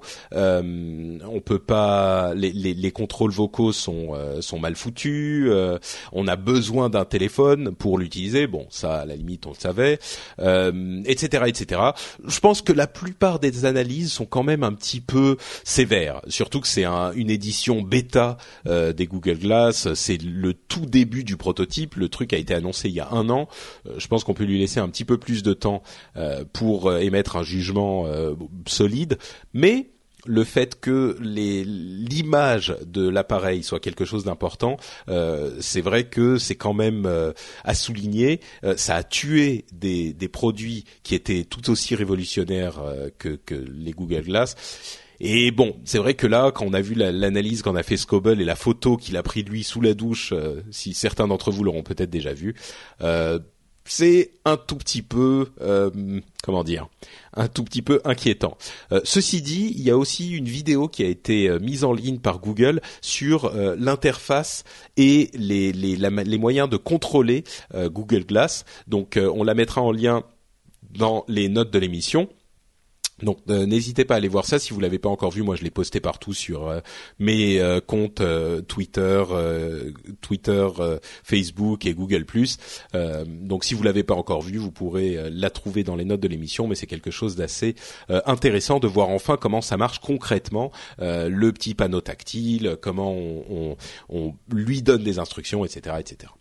Euh, on peut pas les les, les contrôles vocaux sont euh, sont mal foutus. Euh, on a besoin d'un téléphone pour l'utiliser, bon ça à la limite on le savait, euh, et cetera, et cetera. Je pense que la plupart des analyses sont quand même un petit peu sévères, surtout que c'est un, une édition bêta euh, des Google Glass, c'est le tout début du prototype, le truc a été annoncé il y a un an, euh, je pense qu'on peut lui laisser un petit peu plus de temps euh, pour euh, émettre un jugement euh, solide, mais le fait que les, l'image de l'appareil soit quelque chose d'important, euh, c'est vrai que c'est quand même euh, à souligner. Euh, ça a tué des, des produits qui étaient tout aussi révolutionnaires euh, que, que les Google Glass. Et bon, c'est vrai que là, quand on a vu la, l'analyse qu'en a fait Scoble et la photo qu'il a pris de lui sous la douche, euh, si certains d'entre vous l'auront peut-être déjà vu, euh, c'est un tout petit peu, euh, comment dire, un tout petit peu inquiétant. Euh, ceci dit, il y a aussi une vidéo qui a été euh, mise en ligne par Google sur euh, l'interface et les, les, la, les moyens de contrôler euh, Google Glass. Donc, euh, on la mettra en lien dans les notes de l'émission. Donc euh, n'hésitez pas à aller voir ça si vous l'avez pas encore vu. Moi je l'ai posté partout sur euh, mes euh, comptes euh, Twitter, euh, Twitter, euh, Facebook et Google plus. Euh, donc si vous l'avez pas encore vu, vous pourrez euh, la trouver dans les notes de l'émission. Mais c'est quelque chose d'assez euh, intéressant de voir enfin comment ça marche concrètement, euh, le petit panneau tactile, comment on, on, on lui donne des instructions, et cetera, et cetera.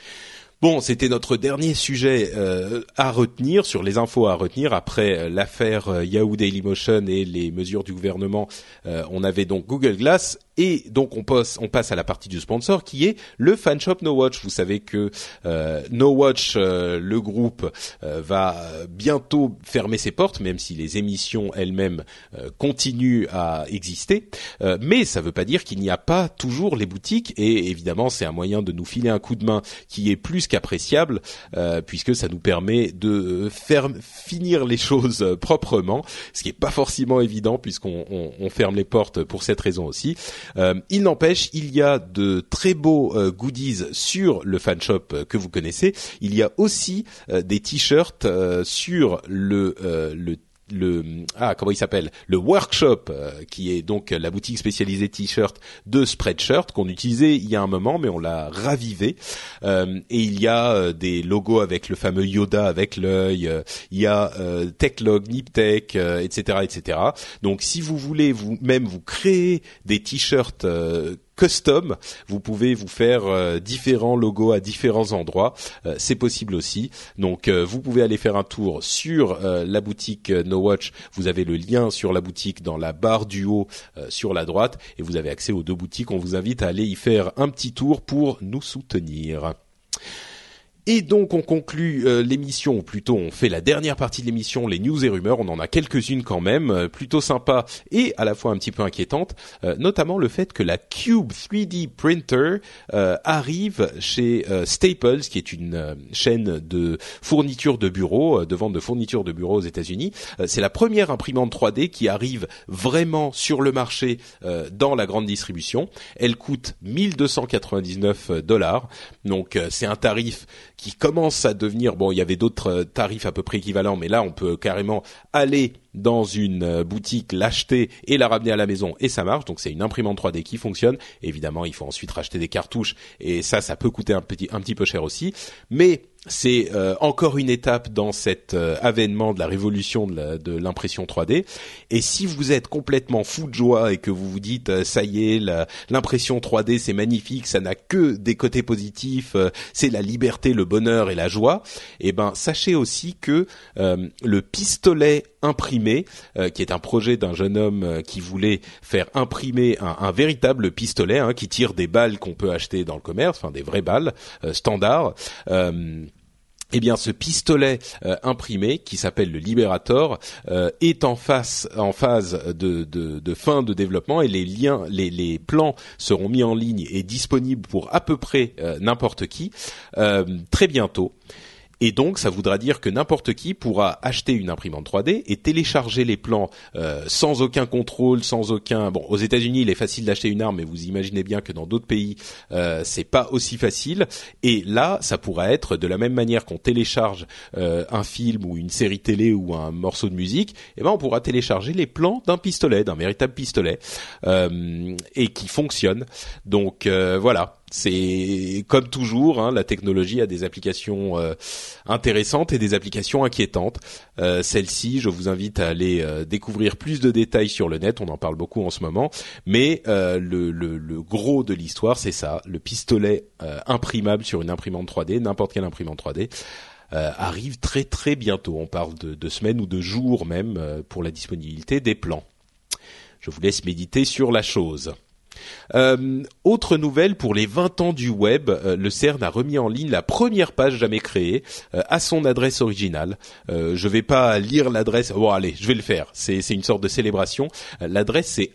Bon, c'était notre dernier sujet euh, à retenir, sur les infos à retenir. Après euh, l'affaire euh, Yahoo Dailymotion et les mesures du gouvernement, euh, on avait donc Google Glass. Et donc on passe, on passe à la partie du sponsor qui est le fanshop No Watch. Vous savez que euh, No Watch, euh, le groupe, euh, va bientôt fermer ses portes, même si les émissions elles-mêmes euh, continuent à exister. Euh, mais ça ne veut pas dire qu'il n'y a pas toujours les boutiques. Et évidemment, c'est un moyen de nous filer un coup de main qui est plus qu'appréciable, euh, puisque ça nous permet de faire finir les choses proprement, ce qui n'est pas forcément évident puisqu'on on, on ferme les portes pour cette raison aussi. Euh, il n'empêche, il y a de très beaux euh, goodies sur le fanshop euh, que vous connaissez. Il y a aussi euh, des t-shirts euh, sur le euh, le le ah comment il s'appelle le workshop euh, qui est donc la boutique spécialisée t-shirt de Spreadshirt qu'on utilisait il y a un moment mais on l'a ravivé, euh, et il y a euh, des logos avec le fameux Yoda avec l'œil, euh, il y a euh, Techlog, Niptech, euh, etc etc. Donc si vous voulez vous-même vous créer des t-shirts euh, custom, vous pouvez vous faire euh, différents logos à différents endroits, euh, c'est possible aussi. Donc euh, vous pouvez aller faire un tour sur euh, la boutique euh, No Watch, vous avez le lien sur la boutique dans la barre du haut euh, sur la droite et vous avez accès aux deux boutiques. On vous invite à aller y faire un petit tour pour nous soutenir. Et donc on conclut euh, l'émission, ou plutôt on fait la dernière partie de l'émission, les news et rumeurs. On en a quelques-unes quand même, euh, plutôt sympa et à la fois un petit peu inquiétantes, euh, notamment le fait que la Cube trois D Printer euh, arrive chez euh, Staples, qui est une euh, chaîne de fourniture de bureaux, euh, de vente de fournitures de bureaux aux États-Unis. Euh, c'est la première imprimante trois D qui arrive vraiment sur le marché euh, dans la grande distribution. Elle coûte mille deux cent quatre-vingt-dix-neuf dollars, donc euh, c'est un tarif qui commence à devenir, bon, il y avait d'autres tarifs à peu près équivalents, mais là, on peut carrément aller dans une boutique, l'acheter et la ramener à la maison et ça marche. Donc c'est une imprimante trois D qui fonctionne. Évidemment, il faut ensuite racheter des cartouches et ça, ça peut coûter un petit, un petit peu cher aussi. Mais c'est euh, encore une étape dans cet euh, avènement de la révolution de, la, de l'impression trois D. Et si vous êtes complètement fou de joie et que vous vous dites euh, ça y est, la, l'impression trois D c'est magnifique, ça n'a que des côtés positifs, euh, c'est la liberté, le bonheur et la joie, eh ben sachez aussi que euh, le pistolet imprimé, euh, qui est un projet d'un jeune homme euh, qui voulait faire imprimer un, un véritable pistolet hein, qui tire des balles qu'on peut acheter dans le commerce, enfin des vraies balles euh, standards. Euh, Eh bien, ce pistolet euh, imprimé, qui s'appelle le Liberator, euh, est en phase, en phase de, de, de fin de développement et les liens, les, les plans seront mis en ligne et disponibles pour à peu près euh, n'importe qui euh, très bientôt. Et donc, ça voudra dire que n'importe qui pourra acheter une imprimante trois D et télécharger les plans euh, sans aucun contrôle, sans aucun. Bon, aux États-Unis, il est facile d'acheter une arme, mais vous imaginez bien que dans d'autres pays, euh, c'est pas aussi facile. Et là, ça pourra être de la même manière qu'on télécharge euh, un film ou une série télé ou un morceau de musique. Eh ben, on pourra télécharger les plans d'un pistolet, d'un véritable pistolet, euh, et qui fonctionne. Donc euh, voilà. C'est comme toujours, hein, la technologie a des applications euh, intéressantes et des applications inquiétantes. Euh, celle-ci, je vous invite à aller euh, découvrir plus de détails sur le net. On en parle beaucoup en ce moment, mais euh, le, le, le gros de l'histoire, c'est ça, le pistolet euh, imprimable sur une imprimante trois D, n'importe quelle imprimante trois D. Euh, arrive très très bientôt. On parle de, de semaines ou de jours même euh, pour la disponibilité des plans. Je vous laisse méditer sur la chose. Euh, autre nouvelle, pour les vingt ans du web, euh, le C E R N a remis en ligne la première page jamais créée euh, à son adresse originale. Euh, je vais pas lire l'adresse. Bon, allez, je vais le faire. C'est, c'est une sorte de célébration. Euh, l'adresse c'est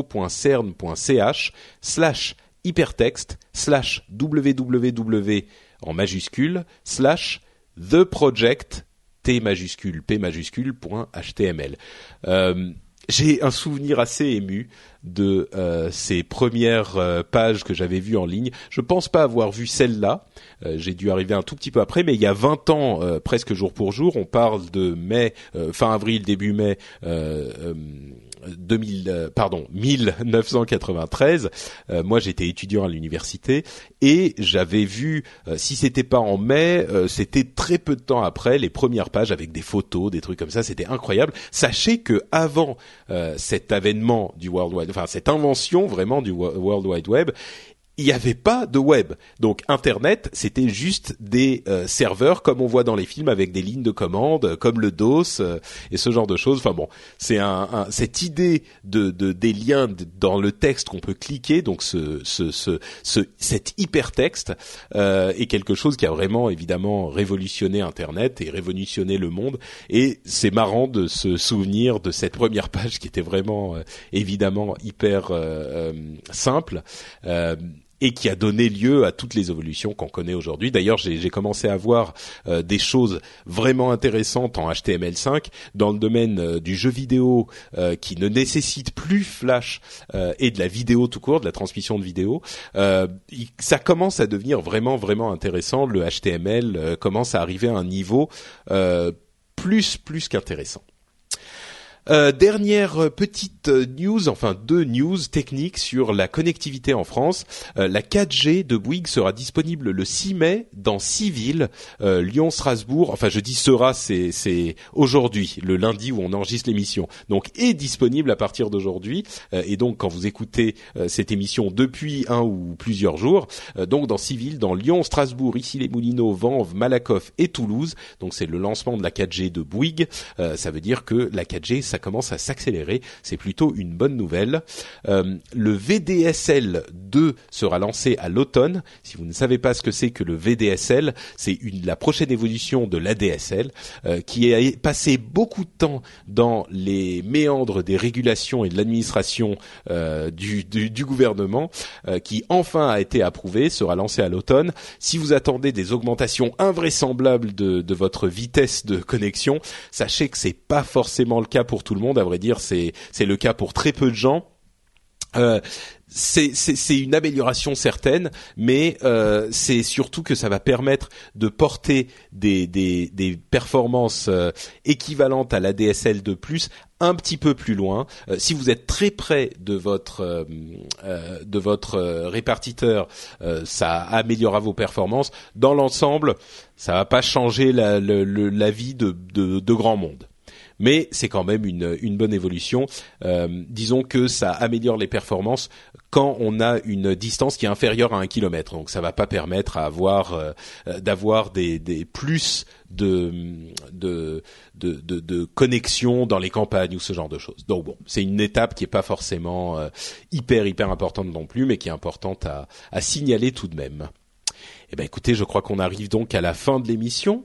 info.cern.ch slash hypertexte slash www en majuscule slash The Project, T majuscule, P majuscule, point H T M L. Euh, j'ai un souvenir assez ému de euh, ces premières euh, pages que j'avais vues en ligne. Je pense pas avoir vu celle-là. Euh, j'ai dû arriver un tout petit peu après, mais il y a vingt ans, euh, presque jour pour jour, on parle de mai, euh, fin avril, début mai euh, euh, deux mille, euh, pardon, mille neuf cent quatre-vingt-treize. Euh, moi, j'étais étudiant à l'université et j'avais vu, euh, si c'était pas en mai, euh, c'était très peu de temps après, les premières pages avec des photos, des trucs comme ça. C'était incroyable. Sachez que avant euh, cet avènement du World Wide, enfin cette invention vraiment du World Wide Web, il n'y avait pas de web. Donc Internet, c'était juste des euh, serveurs comme on voit dans les films avec des lignes de commande, comme le DOS euh, et ce genre de choses. Enfin bon, c'est un, un cette idée de, de des liens de, dans le texte qu'on peut cliquer, donc ce ce ce, ce cet hypertexte euh, est quelque chose qui a vraiment évidemment révolutionné Internet et révolutionné le monde. Et c'est marrant de se souvenir de cette première page qui était vraiment euh, évidemment hyper euh, euh, simple. Euh, et qui a donné lieu à toutes les évolutions qu'on connaît aujourd'hui. D'ailleurs, j'ai, j'ai commencé à voir euh, des choses vraiment intéressantes en H T M L cinq dans le domaine euh, du jeu vidéo euh, qui ne nécessite plus Flash euh, et de la vidéo tout court, de la transmission de vidéo. Euh, il, ça commence à devenir vraiment, vraiment intéressant. Le H T M L euh, commence à arriver à un niveau euh, plus, plus qu'intéressant. Euh, dernière petite news, enfin deux news techniques sur la connectivité en France. Euh, la quatre G de Bouygues sera disponible le six mai dans six villes, euh, Lyon, Strasbourg. Enfin, je dis sera, c'est, c'est aujourd'hui, le lundi où on enregistre l'émission. Donc, est disponible à partir d'aujourd'hui. Euh, et donc, quand vous écoutez euh, cette émission depuis un ou plusieurs jours, euh, donc dans six villes, dans Lyon, Strasbourg, Issy-les-Moulineaux, Vanves, Malakoff et Toulouse. Donc, c'est le lancement de la quatre G de Bouygues. Euh, ça veut dire que la quatre G ça commence à s'accélérer, c'est plutôt une bonne nouvelle. Euh, le V D S L deux sera lancé à l'automne. Si vous ne savez pas ce que c'est que le V D S L, c'est une, la prochaine évolution de l'A D S L euh, qui a passé beaucoup de temps dans les méandres des régulations et de l'administration euh, du, du, du gouvernement, euh, qui enfin a été approuvé, sera lancé à l'automne. Si vous attendez des augmentations invraisemblables de, de votre vitesse de connexion, sachez que c'est pas forcément le cas pour tout le monde. À vrai dire, c'est c'est le cas pour très peu de gens. Euh, c'est, c'est, c'est une amélioration certaine, mais euh, c'est surtout que ça va permettre de porter des, des, des performances euh, équivalentes à l'A D S L deux plus un petit peu plus loin. Euh, si vous êtes très près de votre euh, euh, de votre euh, répartiteur, euh, ça améliorera vos performances. Dans l'ensemble, ça va pas changer la, le, le, la vie de, de, de grand monde. Mais c'est quand même une, une bonne évolution. Euh, disons que ça améliore les performances quand on a une distance qui est inférieure à un kilomètre. Donc ça va pas permettre à avoir euh, d'avoir des, des plus de de, de de de connexion dans les campagnes ou ce genre de choses. Donc bon, c'est une étape qui est pas forcément euh, hyper hyper importante non plus, mais qui est importante à, à signaler tout de même. Eh ben, écoutez, je crois qu'on arrive donc à la fin de l'émission.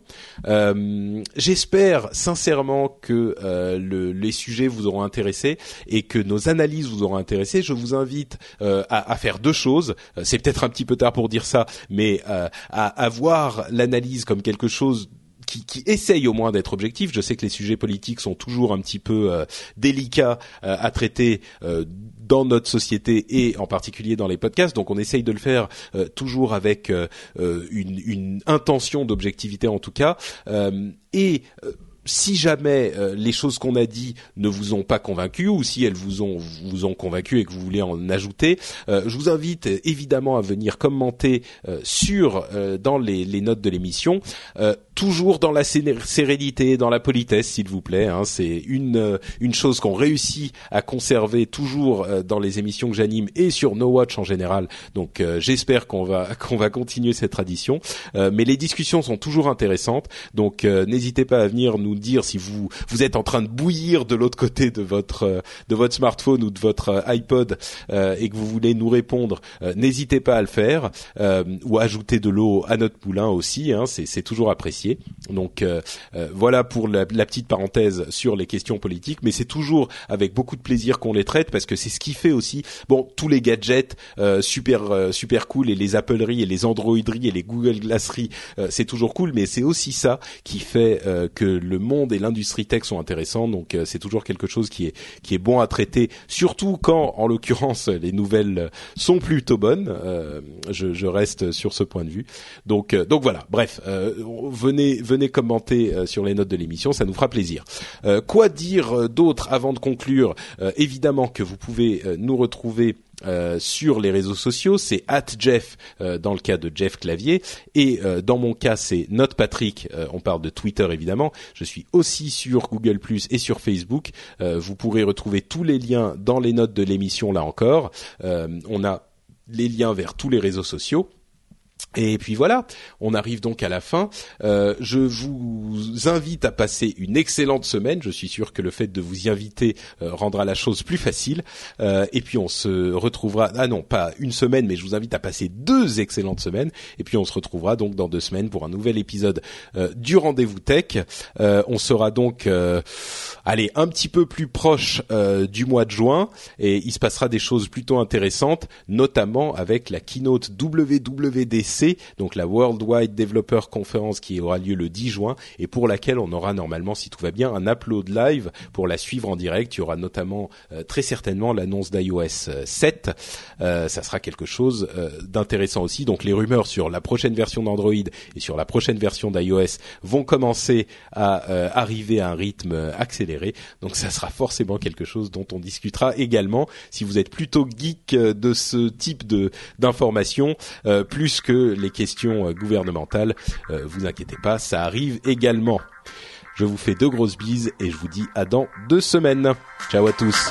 Euh, j'espère sincèrement que euh, le, les sujets vous auront intéressé et que nos analyses vous auront intéressé. Je vous invite euh, à, à faire deux choses. C'est peut-être un petit peu tard pour dire ça, mais euh, à, à voir l'analyse comme quelque chose qui, qui essaye au moins d'être objectif. Je sais que les sujets politiques sont toujours un petit peu euh, délicats euh, à traiter euh, dans notre société et en particulier dans les podcasts. Donc on essaye de le faire euh, toujours avec euh, une, une intention d'objectivité en tout cas. Euh, et euh, si jamais euh, les choses qu'on a dit ne vous ont pas convaincu ou si elles vous ont vous ont convaincu et que vous voulez en ajouter, euh, je vous invite euh, évidemment à venir commenter euh, sur euh, dans les, les notes de l'émission, euh, toujours dans la sérénité, dans la politesse, s'il vous plaît. Hein, c'est une euh, une chose qu'on réussit à conserver toujours euh, dans les émissions que j'anime et sur No Watch en général. Donc euh, j'espère qu'on va qu'on va continuer cette tradition. Euh, mais les discussions sont toujours intéressantes, donc euh, n'hésitez pas à venir nous nous dire si vous vous êtes en train de bouillir de l'autre côté de votre de votre smartphone ou de votre iPod euh, et que vous voulez nous répondre, euh, n'hésitez pas à le faire euh, ou ajouter de l'eau à notre moulin aussi. Hein, c'est, c'est toujours apprécié. Donc euh, euh, voilà pour la, la petite parenthèse sur les questions politiques, mais c'est toujours avec beaucoup de plaisir qu'on les traite parce que c'est ce qui fait aussi bon tous les gadgets euh, super euh, super cool et les Appleries et les Androideries et les Google Glasseries, euh, c'est toujours cool, mais c'est aussi ça qui fait euh, que le monde et l'industrie tech sont intéressants. Donc euh, c'est toujours quelque chose qui est qui est bon à traiter, surtout quand en l'occurrence les nouvelles sont plutôt bonnes. Euh, je, je reste sur ce point de vue. Donc euh, donc voilà. Bref, euh, venez venez commenter euh, sur les notes de l'émission, ça nous fera plaisir. Euh, quoi dire d'autre avant de conclure? euh, Évidemment que vous pouvez euh, nous retrouver Euh, sur les réseaux sociaux, c'est at Jeff euh, dans le cas de Jeff Clavier et euh, dans mon cas c'est NotePatrick, euh, on parle de Twitter évidemment. Je suis aussi sur Google plus et sur Facebook. Euh, vous pourrez retrouver tous les liens dans les notes de l'émission là encore. Euh, on a les liens vers tous les réseaux sociaux. Et puis voilà, on arrive donc à la fin. Euh, je vous invite à passer une excellente semaine. Je suis sûr que le fait de vous y inviter euh, rendra la chose plus facile. Euh, et puis on se retrouvera, ah non, pas une semaine, mais je vous invite à passer deux excellentes semaines. Et puis on se retrouvera donc dans deux semaines pour un nouvel épisode euh, du Rendez-vous Tech. Euh, on sera donc, euh, allez, un petit peu plus proche euh, du mois de juin. Et il se passera des choses plutôt intéressantes, notamment avec la keynote W W D C, donc la Worldwide Developer Conference qui aura lieu le dix juin et pour laquelle on aura normalement, si tout va bien, un upload live pour la suivre en direct. Il y aura notamment euh, très certainement l'annonce d'iOS sept. Euh, ça sera quelque chose euh, d'intéressant aussi. Donc les rumeurs sur la prochaine version d'Android et sur la prochaine version d'iOS vont commencer à euh, arriver à un rythme accéléré. Donc ça sera forcément quelque chose dont on discutera également. Si vous êtes plutôt geek de ce type de d'informations, euh, plus que les questions gouvernementales, euh, vous inquiétez pas, ça arrive également. Je vous fais de grosses bises et je vous dis à dans deux semaines. Ciao à tous.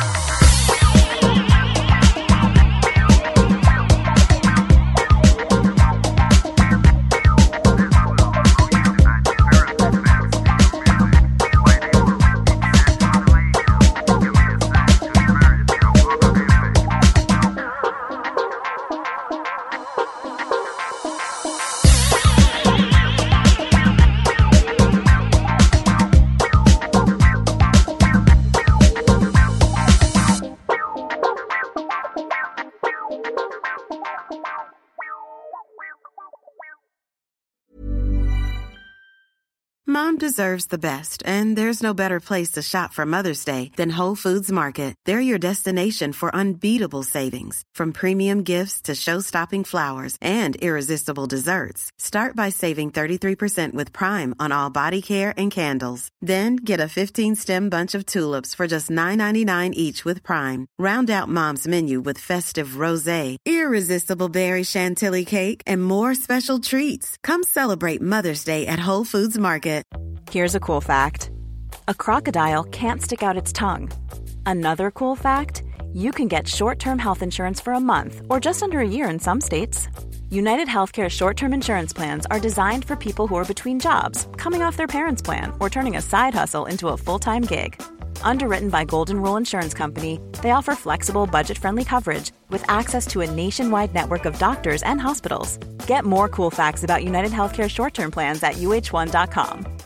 Mom deserves the best, and there's no better place to shop for Mother's Day than Whole Foods Market. They're your destination for unbeatable savings, from premium gifts to show-stopping flowers and irresistible desserts. Start by saving thirty-three percent with Prime on all body care and candles. Then get a fifteen-stem bunch of tulips for just nine ninety-nine each with Prime. Round out Mom's menu with festive rosé, irresistible berry chantilly cake, and more special treats. Come celebrate Mother's Day at Whole Foods Market. Here's a cool fact. A crocodile can't stick out its tongue. Another cool fact, you can get short-term health insurance for a month or just under a year in some states. United Healthcare short-term insurance plans are designed for people who are between jobs, coming off their parents' plan, or turning a side hustle into a full-time gig. Underwritten by Golden Rule Insurance Company, they offer flexible, budget-friendly coverage with access to a nationwide network of doctors and hospitals. Get more cool facts about United Healthcare short-term plans at U H one dot com.